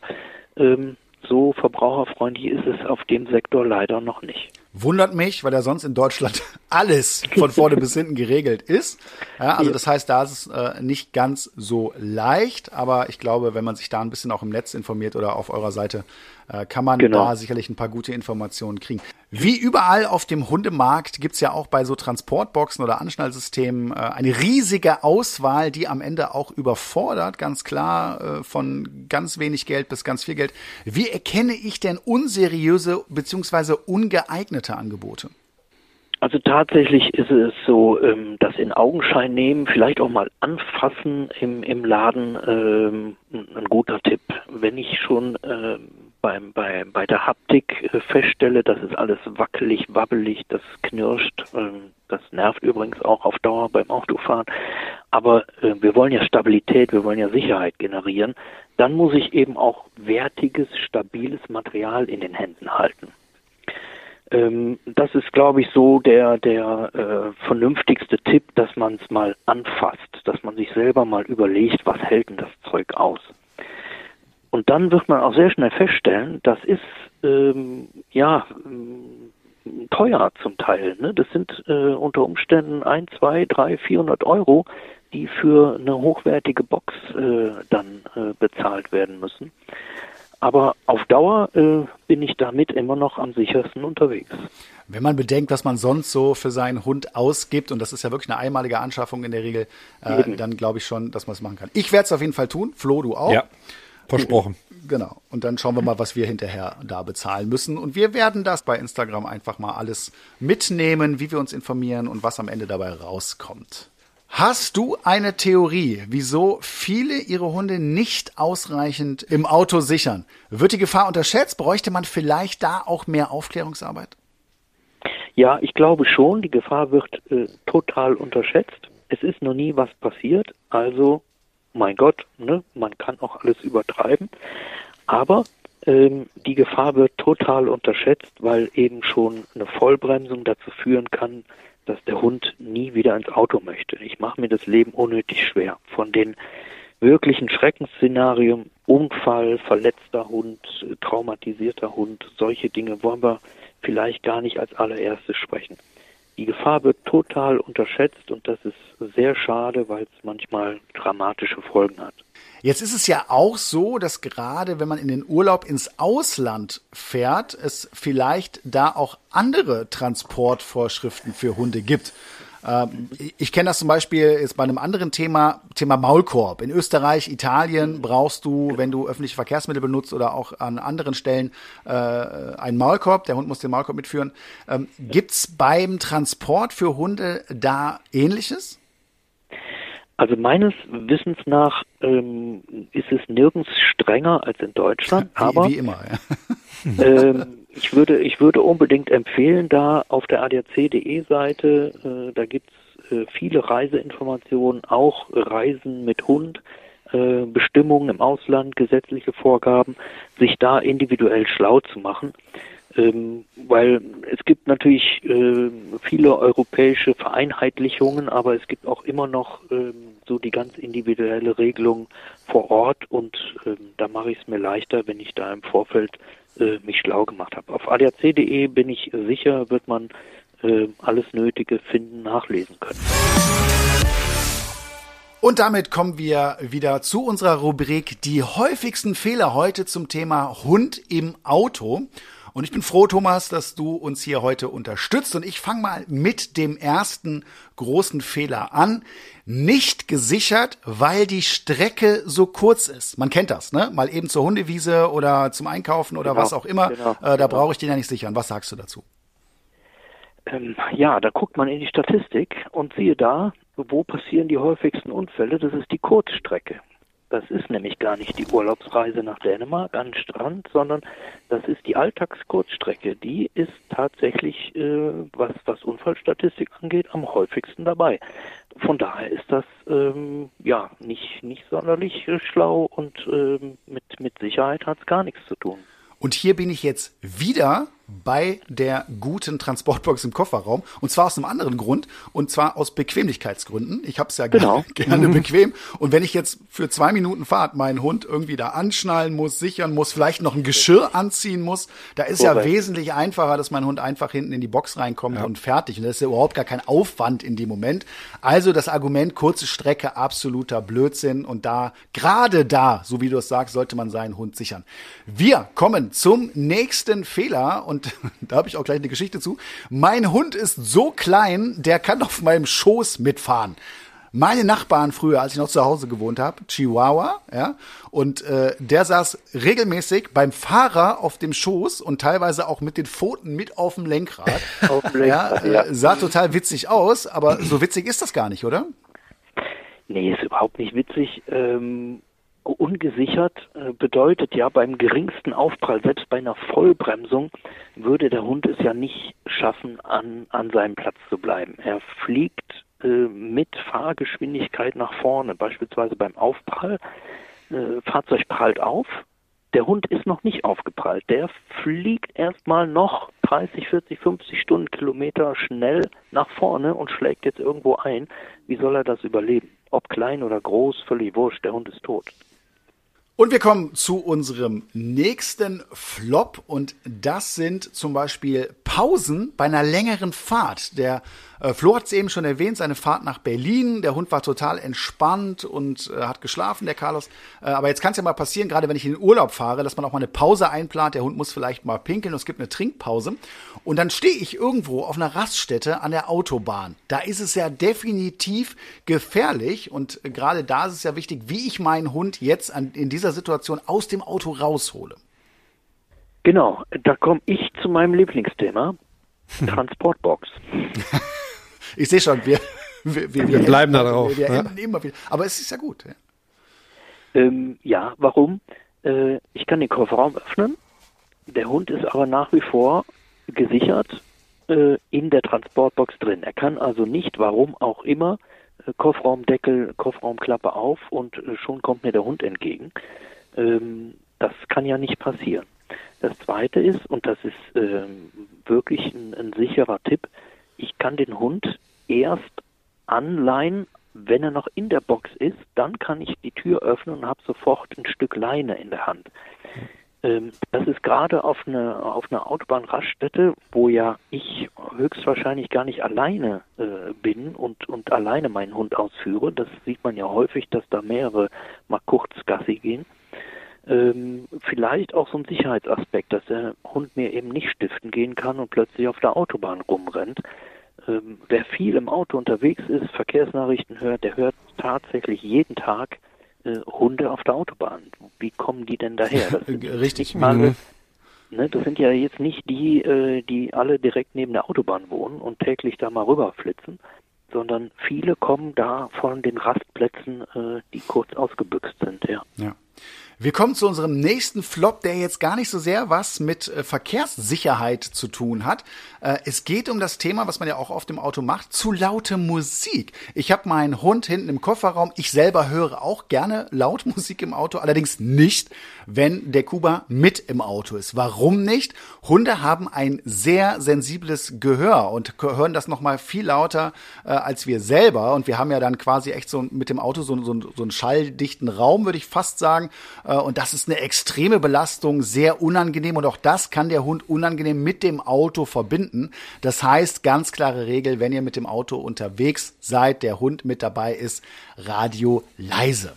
So verbraucherfreundlich ist es auf dem Sektor leider noch nicht. Wundert mich, weil ja sonst in Deutschland alles von vorne bis hinten geregelt ist. Ja, also das heißt, da ist es nicht ganz so leicht, aber ich glaube, wenn man sich da ein bisschen auch im Netz informiert oder auf eurer Seite, kann man da sicherlich ein paar gute Informationen kriegen. Wie überall auf dem Hundemarkt gibt's ja auch bei so Transportboxen oder Anschnallsystemen eine riesige Auswahl, die am Ende auch überfordert, ganz klar, von ganz wenig Geld bis ganz viel Geld. Wie erkenne ich denn unseriöse bzw. ungeeignete Angebote? Also tatsächlich ist es so, das in Augenschein nehmen, vielleicht auch mal anfassen im Laden, ein guter Tipp. Wenn ich schon bei der Haptik feststelle, das ist alles wackelig, wabbelig, das knirscht, das nervt übrigens auch auf Dauer beim Autofahren. Aber wir wollen ja Stabilität, wir wollen ja Sicherheit generieren. Dann muss ich eben auch wertiges, stabiles Material in den Händen halten. Das ist, glaube ich, so der vernünftigste Tipp, dass man es mal anfasst, dass man sich selber mal überlegt, was hält denn das Zeug aus. Und dann wird man auch sehr schnell feststellen, das ist teuer zum Teil. Ne? Das sind unter Umständen 1, 2, 3, 400 Euro, die für eine hochwertige Box dann bezahlt werden müssen. Aber auf Dauer bin ich damit immer noch am sichersten unterwegs. Wenn man bedenkt, was man sonst so für seinen Hund ausgibt, und das ist ja wirklich eine einmalige Anschaffung in der Regel, dann glaube ich schon, dass man es machen kann. Ich werde es auf jeden Fall tun. Flo, du auch? Ja, versprochen. Genau. Und dann schauen wir mal, was wir hinterher da bezahlen müssen. Und wir werden das bei Instagram einfach mal alles mitnehmen, wie wir uns informieren und was am Ende dabei rauskommt. Hast du eine Theorie, wieso viele ihre Hunde nicht ausreichend im Auto sichern? Wird die Gefahr unterschätzt? Bräuchte man vielleicht da auch mehr Aufklärungsarbeit? Ja, ich glaube schon, die Gefahr wird total unterschätzt. Es ist noch nie was passiert, also mein Gott, ne, man kann auch alles übertreiben. Aber die Gefahr wird total unterschätzt, weil eben schon eine Vollbremsung dazu führen kann, dass der Hund nie wieder ins Auto möchte. Ich mache mir das Leben unnötig schwer. Von den wirklichen Schreckensszenarien, Unfall, verletzter Hund, traumatisierter Hund, solche Dinge wollen wir vielleicht gar nicht als allererstes sprechen. Die Gefahr wird total unterschätzt und das ist sehr schade, weil es manchmal dramatische Folgen hat. Jetzt ist es ja auch so, dass gerade wenn man in den Urlaub ins Ausland fährt, es vielleicht da auch andere Transportvorschriften für Hunde gibt. Ich kenne das zum Beispiel jetzt bei einem anderen Thema Maulkorb. In Österreich, Italien brauchst du, wenn du öffentliche Verkehrsmittel benutzt oder auch an anderen Stellen, einen Maulkorb. Der Hund muss den Maulkorb mitführen. Gibt's beim Transport für Hunde da Ähnliches? Also meines Wissens nach ist es nirgends strenger als in Deutschland. Aber wie immer, ja. Ich würde unbedingt empfehlen, da auf der ADAC.de Seite, da gibt's viele Reiseinformationen, auch Reisen mit Hund, Bestimmungen im Ausland, gesetzliche Vorgaben, sich da individuell schlau zu machen. Weil es gibt natürlich viele europäische Vereinheitlichungen, aber es gibt auch immer noch so die ganz individuelle Regelung vor Ort und da mache ich es mir leichter, wenn ich da im Vorfeld mich schlau gemacht habe. Auf adac.de bin ich sicher, wird man alles Nötige finden, nachlesen können. Und damit kommen wir wieder zu unserer Rubrik die häufigsten Fehler heute zum Thema Hund im Auto. Und ich bin froh, Thomas, dass du uns hier heute unterstützt. Und ich fange mal mit dem ersten großen Fehler an. Nicht gesichert, weil die Strecke so kurz ist. Man kennt das, ne? Mal eben zur Hundewiese oder zum Einkaufen oder was auch immer. Da brauche ich den ja nicht sichern. Was sagst du dazu? Ja, da guckt man in die Statistik und siehe da, wo passieren die häufigsten Unfälle? Das ist die Kurzstrecke. Das ist nämlich gar nicht die Urlaubsreise nach Dänemark an den Strand, sondern das ist die Alltagskurzstrecke. Die ist tatsächlich, was Unfallstatistik angeht, am häufigsten dabei. Von daher ist das nicht sonderlich schlau und mit Sicherheit hat es gar nichts zu tun. Und hier bin ich jetzt wieder bei der guten Transportbox im Kofferraum. Und zwar aus einem anderen Grund. Und zwar aus Bequemlichkeitsgründen. Ich habe es ja gerne bequem. Und wenn ich jetzt für 2 Minuten Fahrt meinen Hund irgendwie da anschnallen muss, sichern muss, vielleicht noch ein Geschirr anziehen muss, da ist ja wesentlich einfacher, dass mein Hund einfach hinten in die Box reinkommt und fertig. Und das ist ja überhaupt gar kein Aufwand in dem Moment. Also das Argument, kurze Strecke, absoluter Blödsinn. Und gerade da, so wie du es sagst, sollte man seinen Hund sichern. Wir kommen zum nächsten Fehler und da habe ich auch gleich eine Geschichte zu. Mein Hund ist so klein, der kann auf meinem Schoß mitfahren. Meine Nachbarn früher, als ich noch zu Hause gewohnt habe, Chihuahua, ja, und der saß regelmäßig beim Fahrer auf dem Schoß und teilweise auch mit den Pfoten mit auf dem Lenkrad. Sah total witzig aus, aber so witzig ist das gar nicht, oder? Nee, ist überhaupt nicht witzig. Ungesichert bedeutet ja beim geringsten Aufprall, selbst bei einer Vollbremsung, würde der Hund es ja nicht schaffen, an seinem Platz zu bleiben. Er fliegt mit Fahrgeschwindigkeit nach vorne, beispielsweise beim Aufprall. Fahrzeug prallt auf, der Hund ist noch nicht aufgeprallt. Der fliegt erstmal noch 30, 40, 50 Stundenkilometer schnell nach vorne und schlägt jetzt irgendwo ein. Wie soll er das überleben? Ob klein oder groß, völlig wurscht, der Hund ist tot. Und wir kommen zu unserem nächsten Flop und das sind zum Beispiel Pausen bei einer längeren Fahrt. Der Flo hat es eben schon erwähnt, seine Fahrt nach Berlin. Der Hund war total entspannt und hat geschlafen, der Carlos. Aber jetzt kann es ja mal passieren, gerade wenn ich in den Urlaub fahre, dass man auch mal eine Pause einplant. Der Hund muss vielleicht mal pinkeln und es gibt eine Trinkpause. Und dann stehe ich irgendwo auf einer Raststätte an der Autobahn. Da ist es ja definitiv gefährlich. Und gerade da ist es ja wichtig, wie ich meinen Hund jetzt in dieser Situation aus dem Auto raushole. Genau, da komme ich zu meinem Lieblingsthema, Transportbox. Ich sehe schon, wir bleiben da drauf. Wir enden immer wieder. Aber es ist ja gut. Ja, warum? Ich kann den Kofferraum öffnen. Der Hund ist aber nach wie vor gesichert in der Transportbox drin. Er kann also nicht, warum auch immer, Kofferraumdeckel, Kofferraumklappe auf und schon kommt mir der Hund entgegen. Das kann ja nicht passieren. Das Zweite ist, und das ist wirklich ein sicherer Tipp, ich kann den Hund erst anleihen, wenn er noch in der Box ist, dann kann ich die Tür öffnen und habe sofort ein Stück Leine in der Hand. Das ist gerade auf einer Autobahnraststätte, wo ja ich höchstwahrscheinlich gar nicht alleine bin und alleine meinen Hund ausführe. Das sieht man ja häufig, dass da mehrere mal kurz Gassi gehen. Vielleicht auch so ein Sicherheitsaspekt, dass der Hund mir eben nicht stiften gehen kann und plötzlich auf der Autobahn rumrennt. Wer viel im Auto unterwegs ist, Verkehrsnachrichten hört, der hört tatsächlich jeden Tag Hunde auf der Autobahn. Wie kommen die denn daher? Das sind Richtig. Alle, ne, das sind ja jetzt nicht die alle direkt neben der Autobahn wohnen und täglich da mal rüberflitzen, sondern viele kommen da von den Rastplätzen, die kurz ausgebüxt sind. Ja. Wir kommen zu unserem nächsten Flop, der jetzt gar nicht so sehr was mit Verkehrssicherheit zu tun hat. Es geht um das Thema, was man ja auch oft im Auto macht, zu laute Musik. Ich habe meinen Hund hinten im Kofferraum. Ich selber höre auch gerne laut Musik im Auto, allerdings nicht, wenn der Kuba mit im Auto ist. Warum nicht? Hunde haben ein sehr sensibles Gehör und hören das nochmal viel lauter als wir selber. Und wir haben ja dann quasi echt so mit dem Auto so einen schalldichten Raum, würde ich fast sagen. Und das ist eine extreme Belastung, sehr unangenehm. Und auch das kann der Hund unangenehm mit dem Auto verbinden. Das heißt, ganz klare Regel, wenn ihr mit dem Auto unterwegs seid, der Hund mit dabei ist, Radio leise.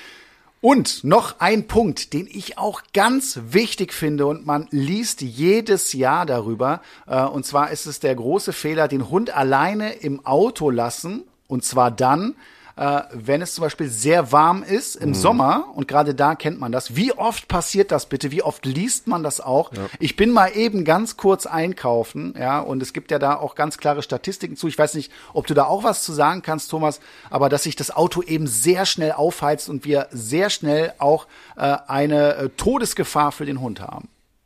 Und noch ein Punkt, den ich auch ganz wichtig finde und man liest jedes Jahr darüber. Und zwar ist es der große Fehler, den Hund alleine im Auto lassen. Und zwar dann, wenn es zum Beispiel sehr warm ist im Sommer, und gerade da kennt man das. Wie oft passiert das bitte? Wie oft liest man das auch? Ja. Ich bin mal eben ganz kurz einkaufen, ja, und es gibt ja da auch ganz klare Statistiken zu. Ich weiß nicht, ob du da auch was zu sagen kannst, Thomas, aber dass sich das Auto eben sehr schnell aufheizt und wir sehr schnell auch eine Todesgefahr für den Hund haben.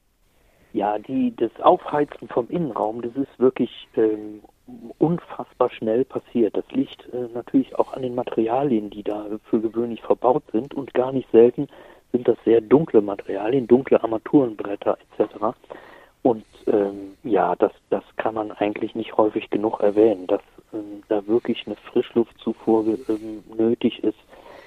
Ja, das Aufheizen vom Innenraum, das ist wirklich unfassbar schnell passiert. Das liegt natürlich auch an den Materialien, die da für gewöhnlich verbaut sind, und gar nicht selten sind das sehr dunkle Materialien, dunkle Armaturenbretter etc. Und das kann man eigentlich nicht häufig genug erwähnen, dass da wirklich eine Frischluftzufuhr nötig ist,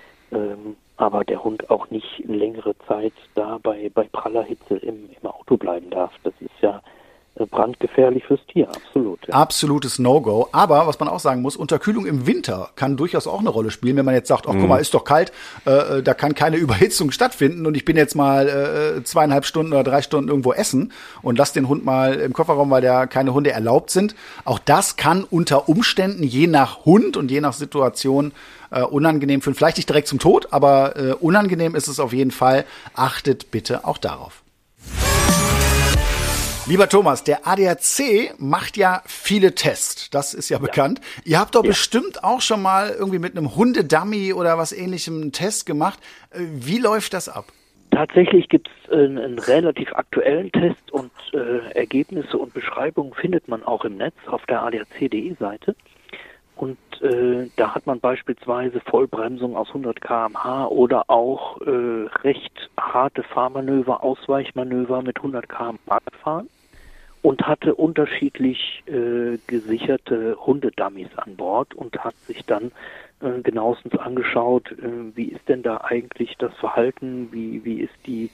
aber der Hund auch nicht längere Zeit da bei praller Hitze im Auto bleiben darf. Das ist ja brandgefährlich fürs Tier, absolut. Ja. Absolutes No-Go. Aber was man auch sagen muss, Unterkühlung im Winter kann durchaus auch eine Rolle spielen, wenn man jetzt sagt, ach guck mal, ist doch kalt, da kann keine Überhitzung stattfinden und ich bin jetzt mal 2,5 Stunden oder 3 Stunden irgendwo essen und lass den Hund mal im Kofferraum, weil da keine Hunde erlaubt sind. Auch das kann unter Umständen je nach Hund und je nach Situation unangenehm fühlen. Vielleicht nicht direkt zum Tod, aber unangenehm ist es auf jeden Fall. Achtet bitte auch darauf. Lieber Thomas, der ADAC macht ja viele Tests, das ist ja bekannt. Ihr habt doch bestimmt auch schon mal irgendwie mit einem Hundedummy oder was Ähnlichem einen Test gemacht. Wie läuft das ab? Tatsächlich gibt es einen relativ aktuellen Test und Ergebnisse und Beschreibungen findet man auch im Netz auf der ADAC.de-Seite. Und da hat man beispielsweise Vollbremsung aus 100 km/h oder auch recht harte Fahrmanöver, Ausweichmanöver mit 100 km/h gefahren. und hatte unterschiedlich gesicherte Hundedummies an Bord und hat sich dann genauestens angeschaut, wie ist denn da eigentlich das Verhalten, wie ist die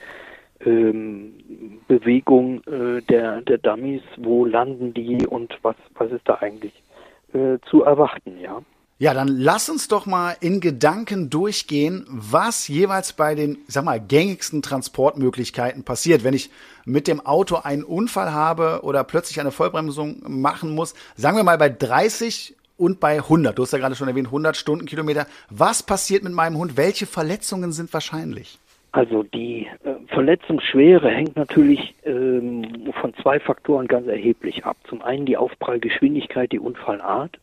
Bewegung der Dummies, wo landen die und was ist da eigentlich zu erwarten, ja. Ja, dann lass uns doch mal in Gedanken durchgehen, was jeweils bei den, ich sag mal, gängigsten Transportmöglichkeiten passiert. Wenn ich mit dem Auto einen Unfall habe oder plötzlich eine Vollbremsung machen muss, sagen wir mal bei 30 und bei 100. Du hast ja gerade schon erwähnt, 100 Stundenkilometer. Was passiert mit meinem Hund? Welche Verletzungen sind wahrscheinlich? Also die Verletzungsschwere hängt natürlich von zwei Faktoren ganz erheblich ab. Zum einen die Aufprallgeschwindigkeit, die Unfallart.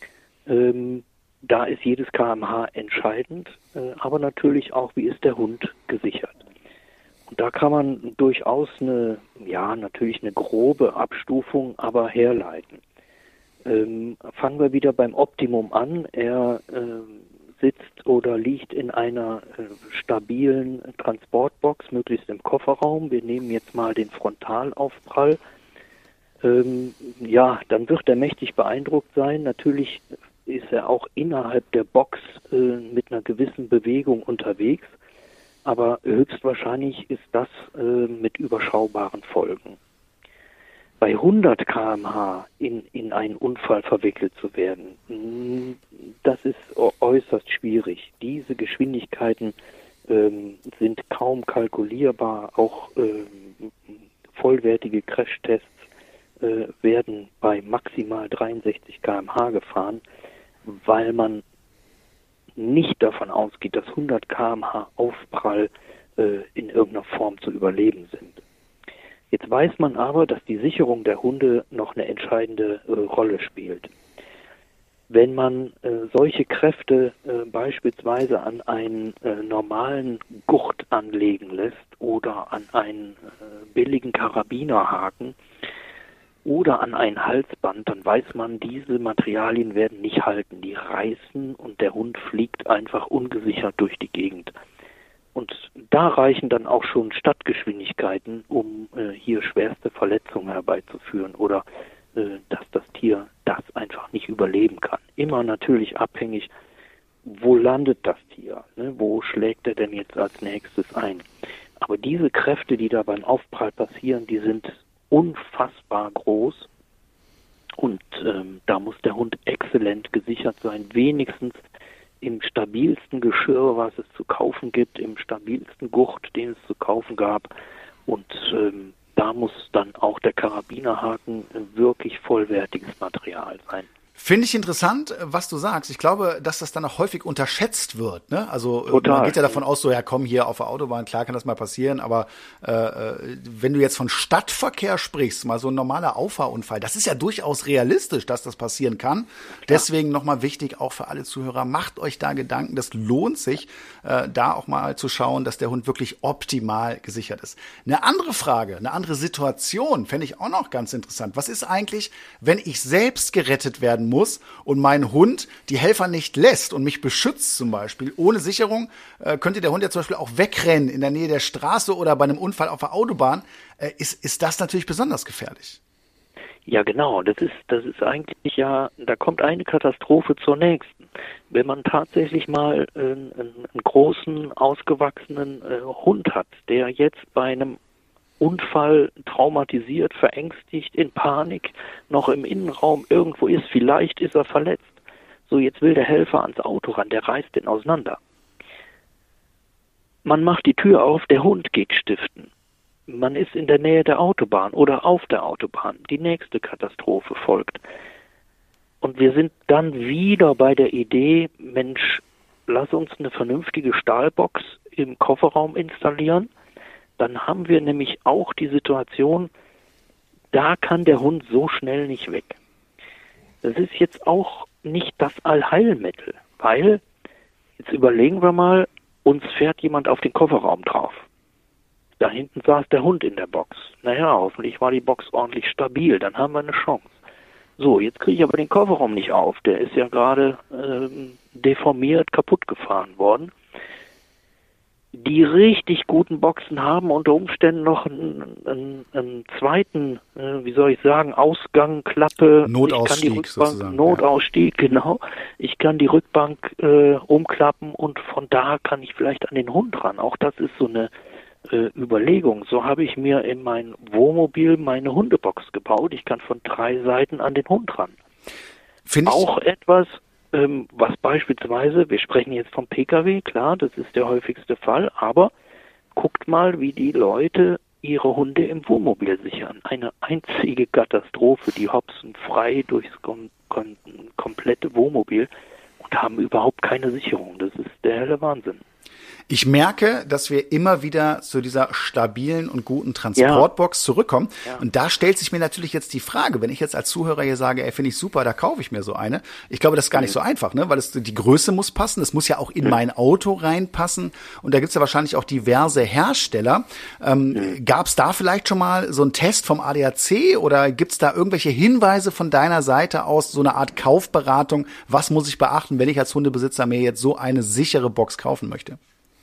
Da ist jedes kmh entscheidend, aber natürlich auch, wie ist der Hund gesichert. Und da kann man durchaus natürlich eine grobe Abstufung aber herleiten. Fangen wir wieder beim Optimum an. Er sitzt oder liegt in einer stabilen Transportbox, möglichst im Kofferraum. Wir nehmen jetzt mal den Frontalaufprall. Dann wird er mächtig beeindruckt sein. Natürlich ist er auch innerhalb der Box mit einer gewissen Bewegung unterwegs, aber höchstwahrscheinlich ist das mit überschaubaren Folgen. Bei 100 km/h in einen Unfall verwickelt zu werden, das ist äußerst schwierig. Diese Geschwindigkeiten sind kaum kalkulierbar. Auch vollwertige Crashtests werden bei maximal 63 km/h gefahren, weil man nicht davon ausgeht, dass 100 km/h Aufprall in irgendeiner Form zu überleben sind. Jetzt weiß man aber, dass die Sicherung der Hunde noch eine entscheidende Rolle spielt. Wenn man solche Kräfte beispielsweise an einen normalen Gurt anlegen lässt oder an einen billigen Karabinerhaken oder an ein Halsband, dann weiß man, diese Materialien werden nicht halten. Die reißen und der Hund fliegt einfach ungesichert durch die Gegend. Und da reichen dann auch schon Stadtgeschwindigkeiten, um hier schwerste Verletzungen herbeizuführen oder dass das Tier das einfach nicht überleben kann. Immer natürlich abhängig, wo landet das Tier, ne? Wo schlägt er denn jetzt als nächstes ein. Aber diese Kräfte, die da beim Aufprall passieren, die sind unfassbar groß und da muss der Hund exzellent gesichert sein, wenigstens im stabilsten Geschirr, was es zu kaufen gibt, im stabilsten Gurt, den es zu kaufen gab. Und da muss dann auch der Karabinerhaken wirklich vollwertiges Material sein. Finde ich interessant, was du sagst. Ich glaube, dass das dann auch häufig unterschätzt wird. Ne? Also Total. Man geht ja davon aus, so ja komm, hier auf der Autobahn, klar kann das mal passieren, aber wenn du jetzt von Stadtverkehr sprichst, mal so ein normaler Auffahrunfall, das ist ja durchaus realistisch, dass das passieren kann. Ja. Deswegen nochmal wichtig, auch für alle Zuhörer, macht euch da Gedanken, das lohnt sich, da auch mal zu schauen, dass der Hund wirklich optimal gesichert ist. Eine andere Frage, eine andere Situation fände ich auch noch ganz interessant. Was ist eigentlich, wenn ich selbst gerettet werden muss und mein Hund die Helfer nicht lässt und mich beschützt zum Beispiel? Ohne Sicherung könnte der Hund ja zum Beispiel auch wegrennen in der Nähe der Straße oder bei einem Unfall auf der Autobahn. Ist das natürlich besonders gefährlich. Ja, genau. Das ist eigentlich da kommt eine Katastrophe zur nächsten. Wenn man tatsächlich mal einen großen, ausgewachsenen Hund hat, der jetzt bei einem Unfall traumatisiert, verängstigt, in Panik, noch im Innenraum irgendwo ist, vielleicht ist er verletzt. So, jetzt will der Helfer ans Auto ran, der reißt den auseinander. Man macht die Tür auf, der Hund geht stiften. Man ist in der Nähe der Autobahn oder auf der Autobahn. Die nächste Katastrophe folgt. Und wir sind dann wieder bei der Idee, Mensch, lass uns eine vernünftige Stahlbox im Kofferraum installieren. Dann haben wir nämlich auch die Situation, da kann der Hund so schnell nicht weg. Das ist jetzt auch nicht das Allheilmittel, weil, jetzt überlegen wir mal, uns fährt jemand auf den Kofferraum drauf. Da hinten saß der Hund in der Box. Naja, hoffentlich war die Box ordentlich stabil, dann haben wir eine Chance. So, jetzt kriege ich aber den Kofferraum nicht auf. Der ist ja gerade deformiert, kaputt gefahren worden. die richtig guten Boxen haben unter Umständen noch einen zweiten, wie soll ich sagen, Ausgang, Klappe. Notausstieg sozusagen. Notausstieg, ja. Genau. Ich kann die Rückbank umklappen und von da kann ich vielleicht an den Hund ran. Auch das ist so eine Überlegung. So habe ich mir in mein Wohnmobil meine Hundebox gebaut. Ich kann von 3 Seiten an den Hund ran. Auch etwas, was beispielsweise, wir sprechen jetzt vom Pkw, klar, das ist der häufigste Fall, aber guckt mal, wie die Leute ihre Hunde im Wohnmobil sichern. Eine einzige Katastrophe, die hopsen frei durchs komplette Wohnmobil und haben überhaupt keine Sicherung. Das ist der helle Wahnsinn. Ich merke, dass wir immer wieder zu dieser stabilen und guten Transportbox zurückkommen. Ja. Und da stellt sich mir natürlich jetzt die Frage, wenn ich jetzt als Zuhörer hier sage, ey, finde ich super, da kaufe ich mir so eine. Ich glaube, das ist gar nicht so einfach, ne? Weil die Größe muss passen. Es muss ja auch in mein Auto reinpassen. Und da gibt's ja wahrscheinlich auch diverse Hersteller. Gab's da vielleicht schon mal so einen Test vom ADAC oder gibt's da irgendwelche Hinweise von deiner Seite aus, so eine Art Kaufberatung? Was muss ich beachten, wenn ich als Hundebesitzer mir jetzt so eine sichere Box kaufen möchte?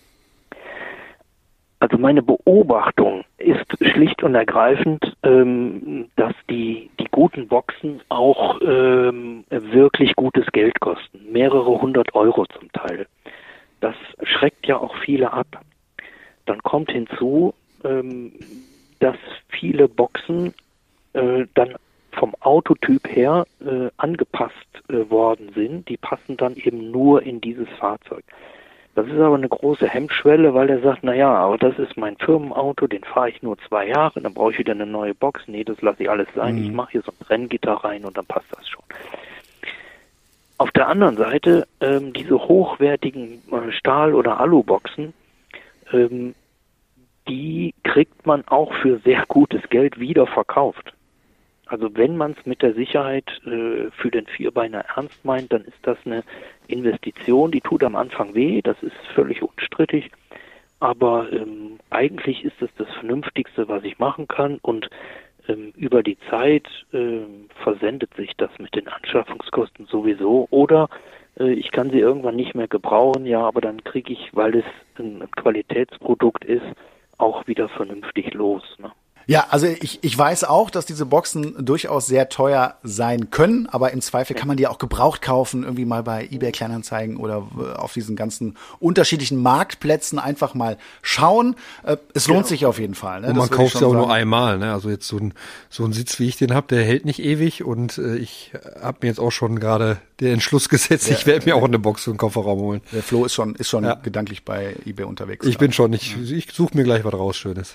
Also meine Beobachtung ist schlicht und ergreifend, dass die guten Boxen auch wirklich gutes Geld kosten. Mehrere 100 Euro zum Teil. Das schreckt ja auch viele ab. Dann kommt hinzu, dass viele Boxen dann vom Autotyp her angepasst worden sind. Die passen dann eben nur in dieses Fahrzeug. Das ist aber eine große Hemmschwelle, weil er sagt, naja, aber das ist mein Firmenauto, den fahre ich nur 2 Jahre, dann brauche ich wieder eine neue Box. Nee, das lasse ich alles sein. Ich mache hier so ein Trenngitter rein und dann passt das schon. Auf der anderen Seite, diese hochwertigen Stahl- oder Aluboxen, die kriegt man auch für sehr gutes Geld wieder verkauft. Also wenn man es mit der Sicherheit für den Vierbeiner ernst meint, dann ist das eine Investition, die tut am Anfang weh, das ist völlig unstrittig, aber eigentlich ist es das Vernünftigste, was ich machen kann und über die Zeit versendet sich das mit den Anschaffungskosten sowieso oder ich kann sie irgendwann nicht mehr gebrauchen, ja, aber dann kriege ich, weil es ein Qualitätsprodukt ist, auch wieder vernünftig los, ne? Ja, also ich weiß auch, dass diese Boxen durchaus sehr teuer sein können, aber im Zweifel kann man die auch gebraucht kaufen, irgendwie mal bei eBay Kleinanzeigen oder auf diesen ganzen unterschiedlichen Marktplätzen einfach mal schauen. Es lohnt sich auf jeden Fall. Ne? Und man kauft ja auch nur einmal. Ne? Also jetzt so ein Sitz, wie ich den habe, der hält nicht ewig und ich habe mir jetzt auch schon gerade den Entschluss gesetzt, ich werde mir auch eine Box für den Kofferraum holen. Der Flo ist schon gedanklich bei eBay unterwegs. Ich bin schon, ich suche mir gleich was raus Schönes.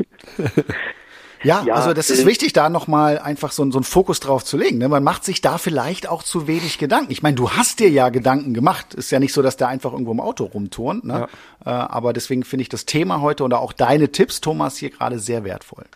Ja, also das ist wichtig, da nochmal einfach so einen Fokus drauf zu legen. Ne? Man macht sich da vielleicht auch zu wenig Gedanken. Ich meine, du hast dir ja Gedanken gemacht. Ist ja nicht so, dass der einfach irgendwo im Auto rumturnt. Ne? Ja. Aber deswegen finde ich das Thema heute und auch deine Tipps, Thomas, hier gerade sehr wertvoll.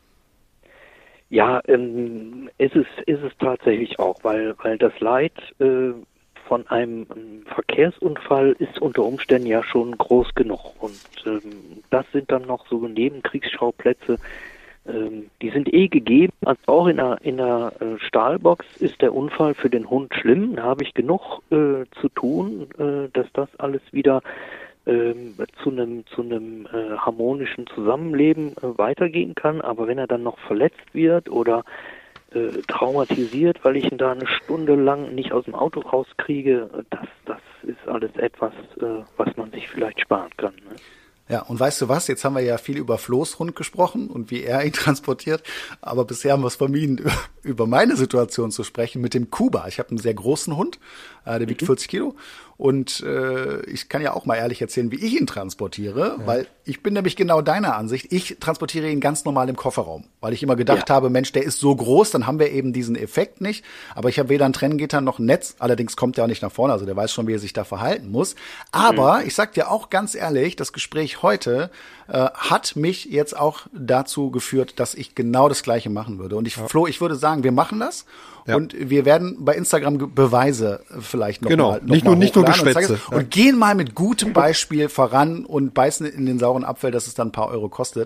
Ja, ist es tatsächlich auch, weil das Leid von einem Verkehrsunfall ist unter Umständen ja schon groß genug. Und das sind dann noch so Nebenkriegsschauplätze, die sind gegeben. Also auch in einer Stahlbox ist der Unfall für den Hund schlimm. Da habe ich genug zu tun, dass das alles wieder zu einem harmonischen Zusammenleben weitergehen kann. Aber wenn er dann noch verletzt wird oder traumatisiert, weil ich ihn da eine Stunde lang nicht aus dem Auto rauskriege, das ist alles etwas, was man sich vielleicht sparen kann. Ne? Ja, und weißt du was? Jetzt haben wir ja viel über Flo's Hund gesprochen und wie er ihn transportiert. Aber bisher haben wir es vermieden, über meine Situation zu sprechen mit dem Kuba. Ich habe einen sehr großen Hund, der wiegt 40 Kilo. Und ich kann ja auch mal ehrlich erzählen, wie ich ihn transportiere, weil ich bin nämlich genau deiner Ansicht. Ich transportiere ihn ganz normal im Kofferraum, weil ich immer gedacht habe, Mensch, der ist so groß, dann haben wir eben diesen Effekt nicht. Aber ich habe weder ein Trenngitter noch ein Netz. Allerdings kommt er auch nicht nach vorne, also der weiß schon, wie er sich da verhalten muss. Aber ich sag dir auch ganz ehrlich, das Gespräch heute hat mich jetzt auch dazu geführt, dass ich genau das Gleiche machen würde. Und Flo, ich würde sagen, wir machen das. Ja. Und wir werden bei Instagram Beweise vielleicht noch mal nicht nur Geschwätze. Und gehen mal mit gutem Beispiel voran und beißen in den sauren Apfel, dass es dann ein paar Euro kostet.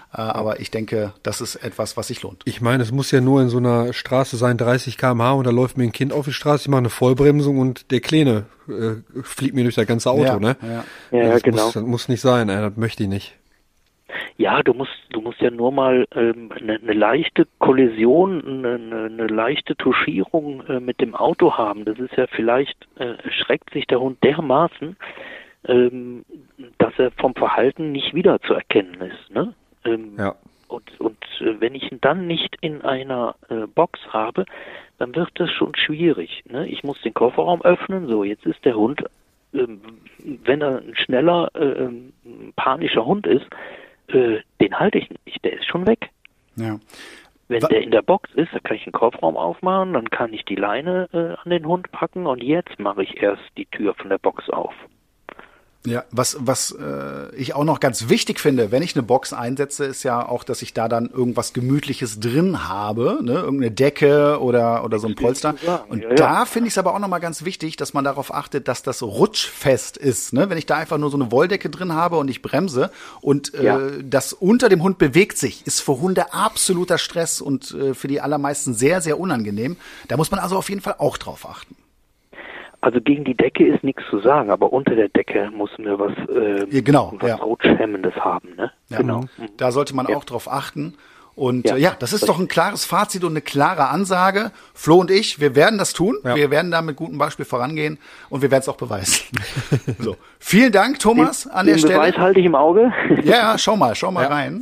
Aber ich denke, das ist etwas, was sich lohnt. Ich meine, es muss ja nur in so einer Straße sein, 30 km/h und da läuft mir ein Kind auf die Straße, ich mache eine Vollbremsung und der Kleine fliegt mir durch das ganze Auto, ne? Ja, das genau. Das muss nicht sein, das möchte ich nicht. Ja, du musst ja nur mal eine leichte Kollision, eine leichte Touchierung mit dem Auto haben. Das ist ja vielleicht, erschreckt sich der Hund dermaßen, dass er vom Verhalten nicht wiederzuerkennen ist, ne? Ja. Und wenn ich ihn dann nicht in einer Box habe, dann wird das schon schwierig, ne? Ich muss den Kofferraum öffnen, so, jetzt ist der Hund, wenn er ein schneller, panischer Hund ist, den halte ich nicht, der ist schon weg. Ja. Wenn der in der Box ist, dann kann ich den Kofferraum aufmachen, dann kann ich die Leine an den Hund packen und jetzt mache ich erst die Tür von der Box auf. Ja, was ich auch noch ganz wichtig finde, wenn ich eine Box einsetze, ist ja auch, dass ich da dann irgendwas Gemütliches drin habe, ne? Irgendeine Decke oder so ein Polster. Und da finde ich es aber auch noch mal ganz wichtig, dass man darauf achtet, dass das rutschfest ist. Ne? Wenn ich da einfach nur so eine Wolldecke drin habe und ich bremse und das unter dem Hund bewegt sich, ist für Hunde absoluter Stress und für die allermeisten sehr, sehr unangenehm. Da muss man also auf jeden Fall auch drauf achten. Also gegen die Decke ist nichts zu sagen, aber unter der Decke müssen wir was Rutschhemmendes haben. Ne? Ja, genau. Da sollte man auch drauf achten. Und das ist doch ein klares Fazit und eine klare Ansage. Flo und ich, wir werden das tun. Ja. Wir werden da mit gutem Beispiel vorangehen und wir werden es auch beweisen. So, vielen Dank, Thomas, an der Stelle. Den Beweis halte ich im Auge. Ja, schau mal rein.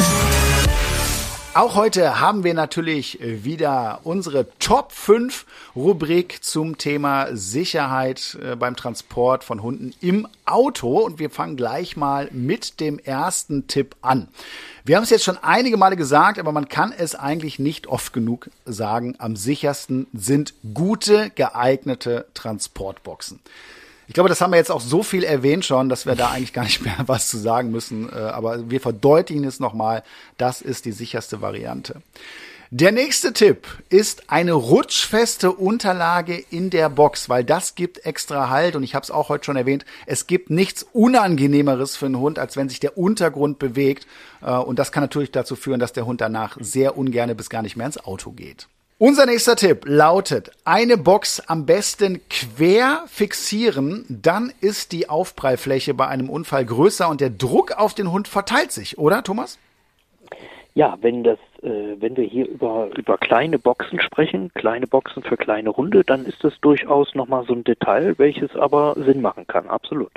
Auch heute haben wir natürlich wieder unsere Top 5 Rubrik zum Thema Sicherheit beim Transport von Hunden im Auto. Und wir fangen gleich mal mit dem ersten Tipp an. Wir haben es jetzt schon einige Male gesagt, aber man kann es eigentlich nicht oft genug sagen. Am sichersten sind gute, geeignete Transportboxen. Ich glaube, das haben wir jetzt auch so viel erwähnt schon, dass wir da eigentlich gar nicht mehr was zu sagen müssen. Aber wir verdeutlichen es nochmal, das ist die sicherste Variante. Der nächste Tipp ist eine rutschfeste Unterlage in der Box, weil das gibt extra Halt. Und ich habe es auch heute schon erwähnt, es gibt nichts Unangenehmeres für einen Hund, als wenn sich der Untergrund bewegt. Und das kann natürlich dazu führen, dass der Hund danach sehr ungerne bis gar nicht mehr ins Auto geht. Unser nächster Tipp lautet, eine Box am besten quer fixieren, dann ist die Aufprallfläche bei einem Unfall größer und der Druck auf den Hund verteilt sich, oder Thomas? Ja, wenn wir hier über kleine Boxen sprechen, kleine Boxen für kleine Hunde, dann ist das durchaus nochmal so ein Detail, welches aber Sinn machen kann, absolut.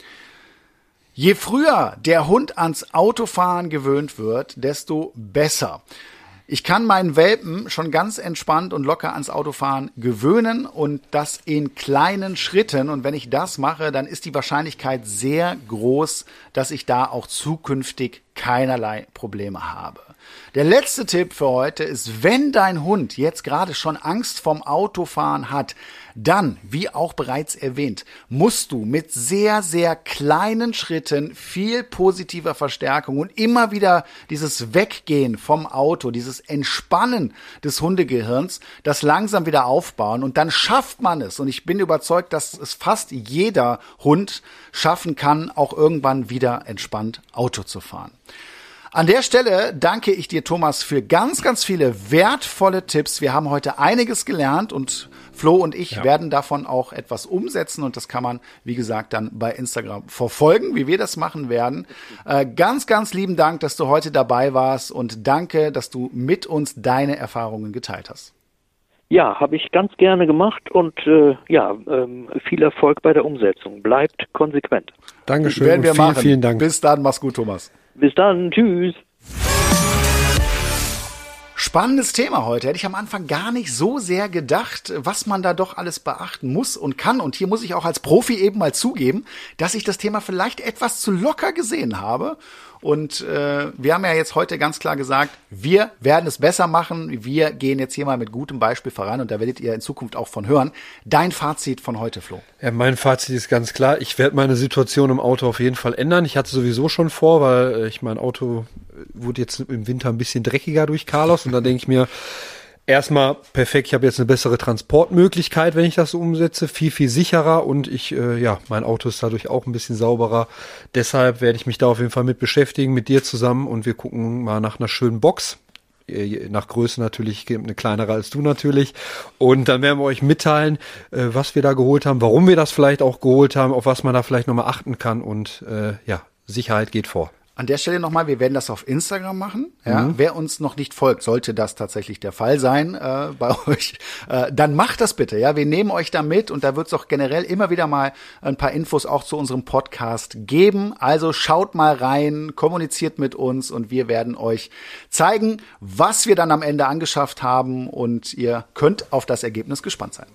Je früher der Hund ans Autofahren gewöhnt wird, desto besser. Ich kann meinen Welpen schon ganz entspannt und locker ans Autofahren gewöhnen und das in kleinen Schritten. Und wenn ich das mache, dann ist die Wahrscheinlichkeit sehr groß, dass ich da auch zukünftig keinerlei Probleme habe. Der letzte Tipp für heute ist, wenn dein Hund jetzt gerade schon Angst vorm Autofahren hat, dann, wie auch bereits erwähnt, musst du mit sehr, sehr kleinen Schritten viel positiver Verstärkung und immer wieder dieses Weggehen vom Auto, dieses Entspannen des Hundegehirns, das langsam wieder aufbauen und dann schafft man es. Und ich bin überzeugt, dass es fast jeder Hund schaffen kann, auch irgendwann wieder entspannt Auto zu fahren. An der Stelle danke ich dir, Thomas, für ganz, ganz viele wertvolle Tipps. Wir haben heute einiges gelernt und Flo und ich werden davon auch etwas umsetzen und das kann man, wie gesagt, dann bei Instagram verfolgen, wie wir das machen werden. Ganz, ganz lieben Dank, dass du heute dabei warst und danke, dass du mit uns deine Erfahrungen geteilt hast. Ja, habe ich ganz gerne gemacht und viel Erfolg bei der Umsetzung. Bleibt konsequent. Dankeschön. Werden wir machen. Vielen Dank. Bis dann, mach's gut, Thomas. Bis dann, tschüss. Spannendes Thema heute. Hätte ich am Anfang gar nicht so sehr gedacht, was man da doch alles beachten muss und kann. Und hier muss ich auch als Profi eben mal zugeben, dass ich das Thema vielleicht etwas zu locker gesehen habe. Und wir haben ja jetzt heute ganz klar gesagt, wir werden es besser machen. Wir gehen jetzt hier mal mit gutem Beispiel voran und da werdet ihr in Zukunft auch von hören. Dein Fazit von heute, Flo? Ja, mein Fazit ist ganz klar. Ich werde meine Situation im Auto auf jeden Fall ändern. Ich hatte sowieso schon vor, weil mein Auto wurde jetzt im Winter ein bisschen dreckiger durch Carlos und da denke ich mir, Erstmal perfekt, ich habe jetzt eine bessere Transportmöglichkeit, wenn ich das so umsetze, viel, viel sicherer und mein Auto ist dadurch auch ein bisschen sauberer. Deshalb werde ich mich da auf jeden Fall mit beschäftigen, mit dir zusammen und wir gucken mal nach einer schönen Box. Nach Größe natürlich, eine kleinere als du natürlich. Und dann werden wir euch mitteilen, was wir da geholt haben, warum wir das vielleicht auch geholt haben, auf was man da vielleicht nochmal achten kann und Sicherheit geht vor. An der Stelle nochmal, wir werden das auf Instagram machen. Ja? Wer uns noch nicht folgt, sollte das tatsächlich der Fall sein bei euch, dann macht das bitte. Ja, wir nehmen euch da mit und da wird es auch generell immer wieder mal ein paar Infos auch zu unserem Podcast geben. Also schaut mal rein, kommuniziert mit uns und wir werden euch zeigen, was wir dann am Ende angeschafft haben und ihr könnt auf das Ergebnis gespannt sein.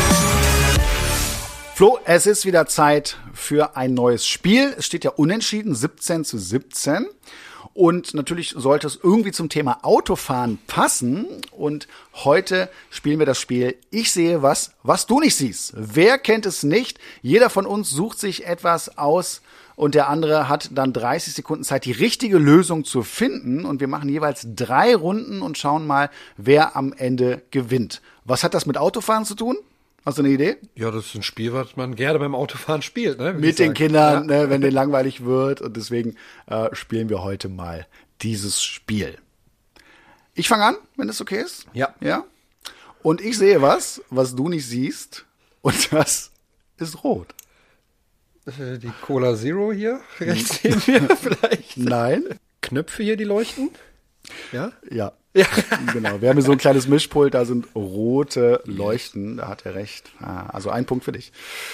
Flo, es ist wieder Zeit für ein neues Spiel. Es steht ja unentschieden, 17:17. Und natürlich sollte es irgendwie zum Thema Autofahren passen. Und heute spielen wir das Spiel Ich sehe was du nicht siehst. Wer kennt es nicht? Jeder von uns sucht sich etwas aus und der andere hat dann 30 Sekunden Zeit, die richtige Lösung zu finden. Und wir machen jeweils 3 Runden und schauen mal, wer am Ende gewinnt. Was hat das mit Autofahren zu tun? Hast du eine Idee? Ja, das ist ein Spiel, was man gerne beim Autofahren spielt. Ne, mit den Kindern, ne, wenn denen langweilig wird. Und deswegen spielen wir heute mal dieses Spiel. Ich fange an, wenn es okay ist. Ja. Ja. Und ich sehe was du nicht siehst. Und das ist rot. Die Cola Zero hier rechts neben mir vielleicht. Nein. Knöpfe hier, die leuchten. Ja? Ja. Ja. Genau. Wir haben hier so ein kleines Mischpult, da sind rote Leuchten, da hat er recht. Also ein Punkt für dich.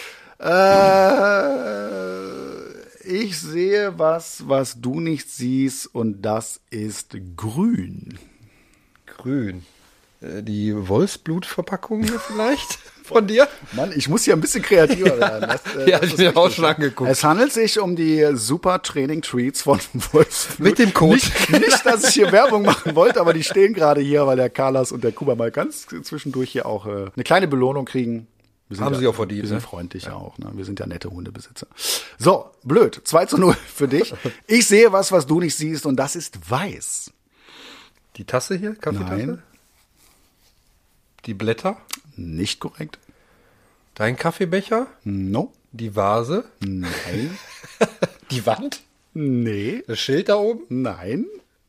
Ich sehe was du nicht siehst und das ist grün. Grün. Die Wolfsblutverpackung hier vielleicht von dir? Mann, ich muss hier ein bisschen kreativer werden. Ja, ich mir auch schon angeguckt. Es handelt sich um die Super Training Treats von Wolfsblut. Mit dem Code. Nicht, dass ich hier Werbung machen wollte, aber die stehen gerade hier, weil der Carlos und der Kuba mal ganz zwischendurch hier auch eine kleine Belohnung kriegen. Haben sie auch verdient. Wir sind freundlich auch. Ne? Wir sind ja nette Hundebesitzer. So, blöd. 2:0 für dich. Ich sehe was du nicht siehst und das ist weiß. Die Tasse hier? Kaffeetasse? Nein. Die Blätter? Nicht korrekt. Dein Kaffeebecher? No. Die Vase? Nein. Die Wand? Nee. Das Schild da oben? Nein.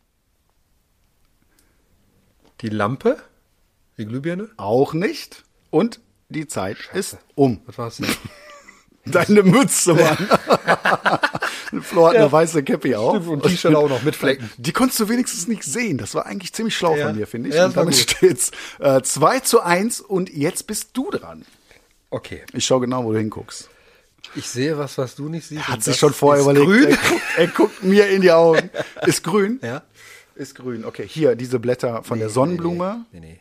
Die Lampe? Die Glühbirne? Auch nicht. Und die Zeit ist um. Was war's denn? Deine Mütze, Mann. Flo hat eine weiße Cappy auf. Und T-Shirt auch noch mit Flecken. Die konntest du wenigstens nicht sehen. Das war eigentlich ziemlich schlau von dir, finde ich. Ja, und damit steht's 2:1 und jetzt bist du dran. Okay. Ich schau genau, wo du hinguckst. Ich sehe was du nicht siehst. Hat sich schon vorher überlegt. Grün? Er guckt mir in die Augen. Ist grün? Ja. Ist grün. Okay, hier, diese Blätter von der Sonnenblume. Nee.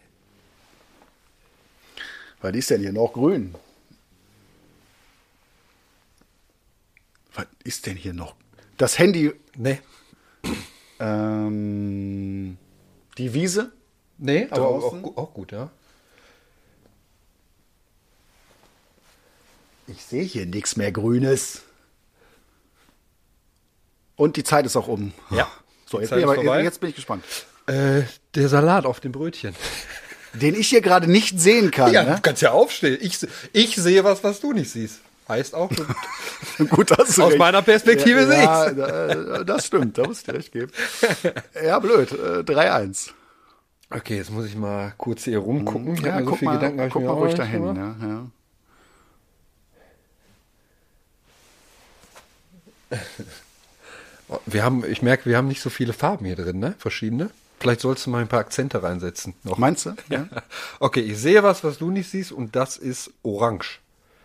Was ist denn hier noch grün? Was ist denn hier noch? Das Handy. Nee. Die Wiese. Nee, aber Draußen? auch gut, ja. Ich sehe hier nichts mehr Grünes. Und die Zeit ist auch um. Ja. So, jetzt Zeit bin, ist vorbei. jetzt bin ich gespannt. Der Salat auf dem Brötchen. Den ich hier gerade nicht sehen kann. Ja, Ne? du kannst ja aufstehen. Ich sehe was du nicht siehst. Heißt auch, Gut, hast du aus recht. meiner Perspektive sehe Ja, ich's. das stimmt, da muss ich dir recht geben. Ja, blöd. 3:1. Okay, jetzt muss ich mal kurz hier rumgucken. Ich Ja, hab mir so viele Gedanken habe ich guck mir mal auch ruhig nicht dahin. gemacht. Ja. Ich merke, wir haben nicht so viele Farben hier drin, ne? Verschiedene. Vielleicht sollst du mal ein paar Akzente reinsetzen. Noch. Meinst du? Ja. Okay, ich sehe was du nicht siehst und das ist orange.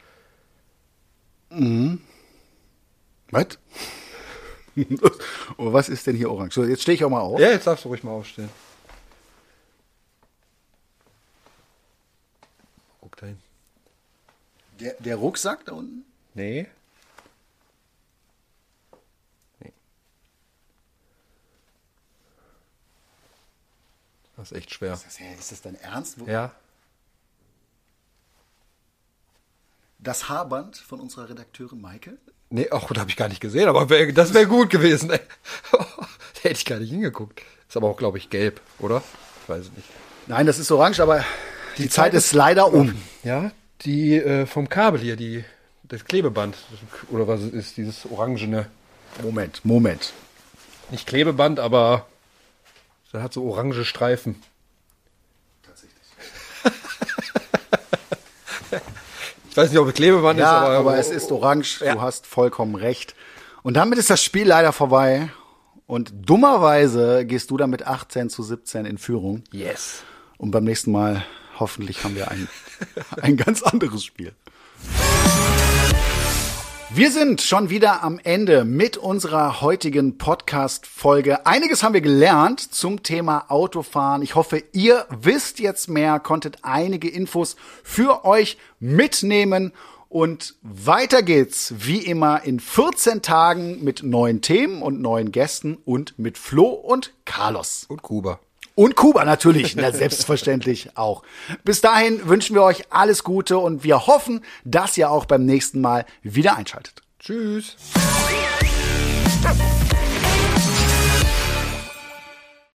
Was? Oh, was ist denn hier orange? So, jetzt stehe ich auch mal auf. Ja, jetzt darfst du ruhig mal aufstehen. Guck da hin. Der Rucksack da unten? Nee. Das ist echt schwer. Ist das dein Ernst? Ja. Das Haarband von unserer Redakteurin Maike? Nee, auch da habe ich gar nicht gesehen, aber das wäre gut gewesen. Da hätte ich gar nicht hingeguckt. Ist aber auch, glaube ich, gelb, oder? Ich weiß es nicht. Nein, das ist orange, aber die Zeit ist leider um. Ja, die vom Kabel hier, das Klebeband. Oder was ist dieses orangene? Moment. Nicht Klebeband, aber das hat so orange Streifen. Tatsächlich. Ich weiß nicht, ob es Klebeband ist, aber es ist orange. Ja. Du hast vollkommen recht. Und damit ist das Spiel leider vorbei. Und dummerweise gehst du dann mit 18:17 in Führung. Yes. Und beim nächsten Mal hoffentlich haben wir ein ganz anderes Spiel. Wir sind schon wieder am Ende mit unserer heutigen Podcast-Folge. Einiges haben wir gelernt zum Thema Autofahren. Ich hoffe, ihr wisst jetzt mehr, konntet einige Infos für euch mitnehmen. Und weiter geht's, wie immer, in 14 Tagen mit neuen Themen und neuen Gästen und mit Flo und Carlos. Und Kuba. Und Kuba natürlich, selbstverständlich auch. Bis dahin wünschen wir euch alles Gute und wir hoffen, dass ihr auch beim nächsten Mal wieder einschaltet. Tschüss.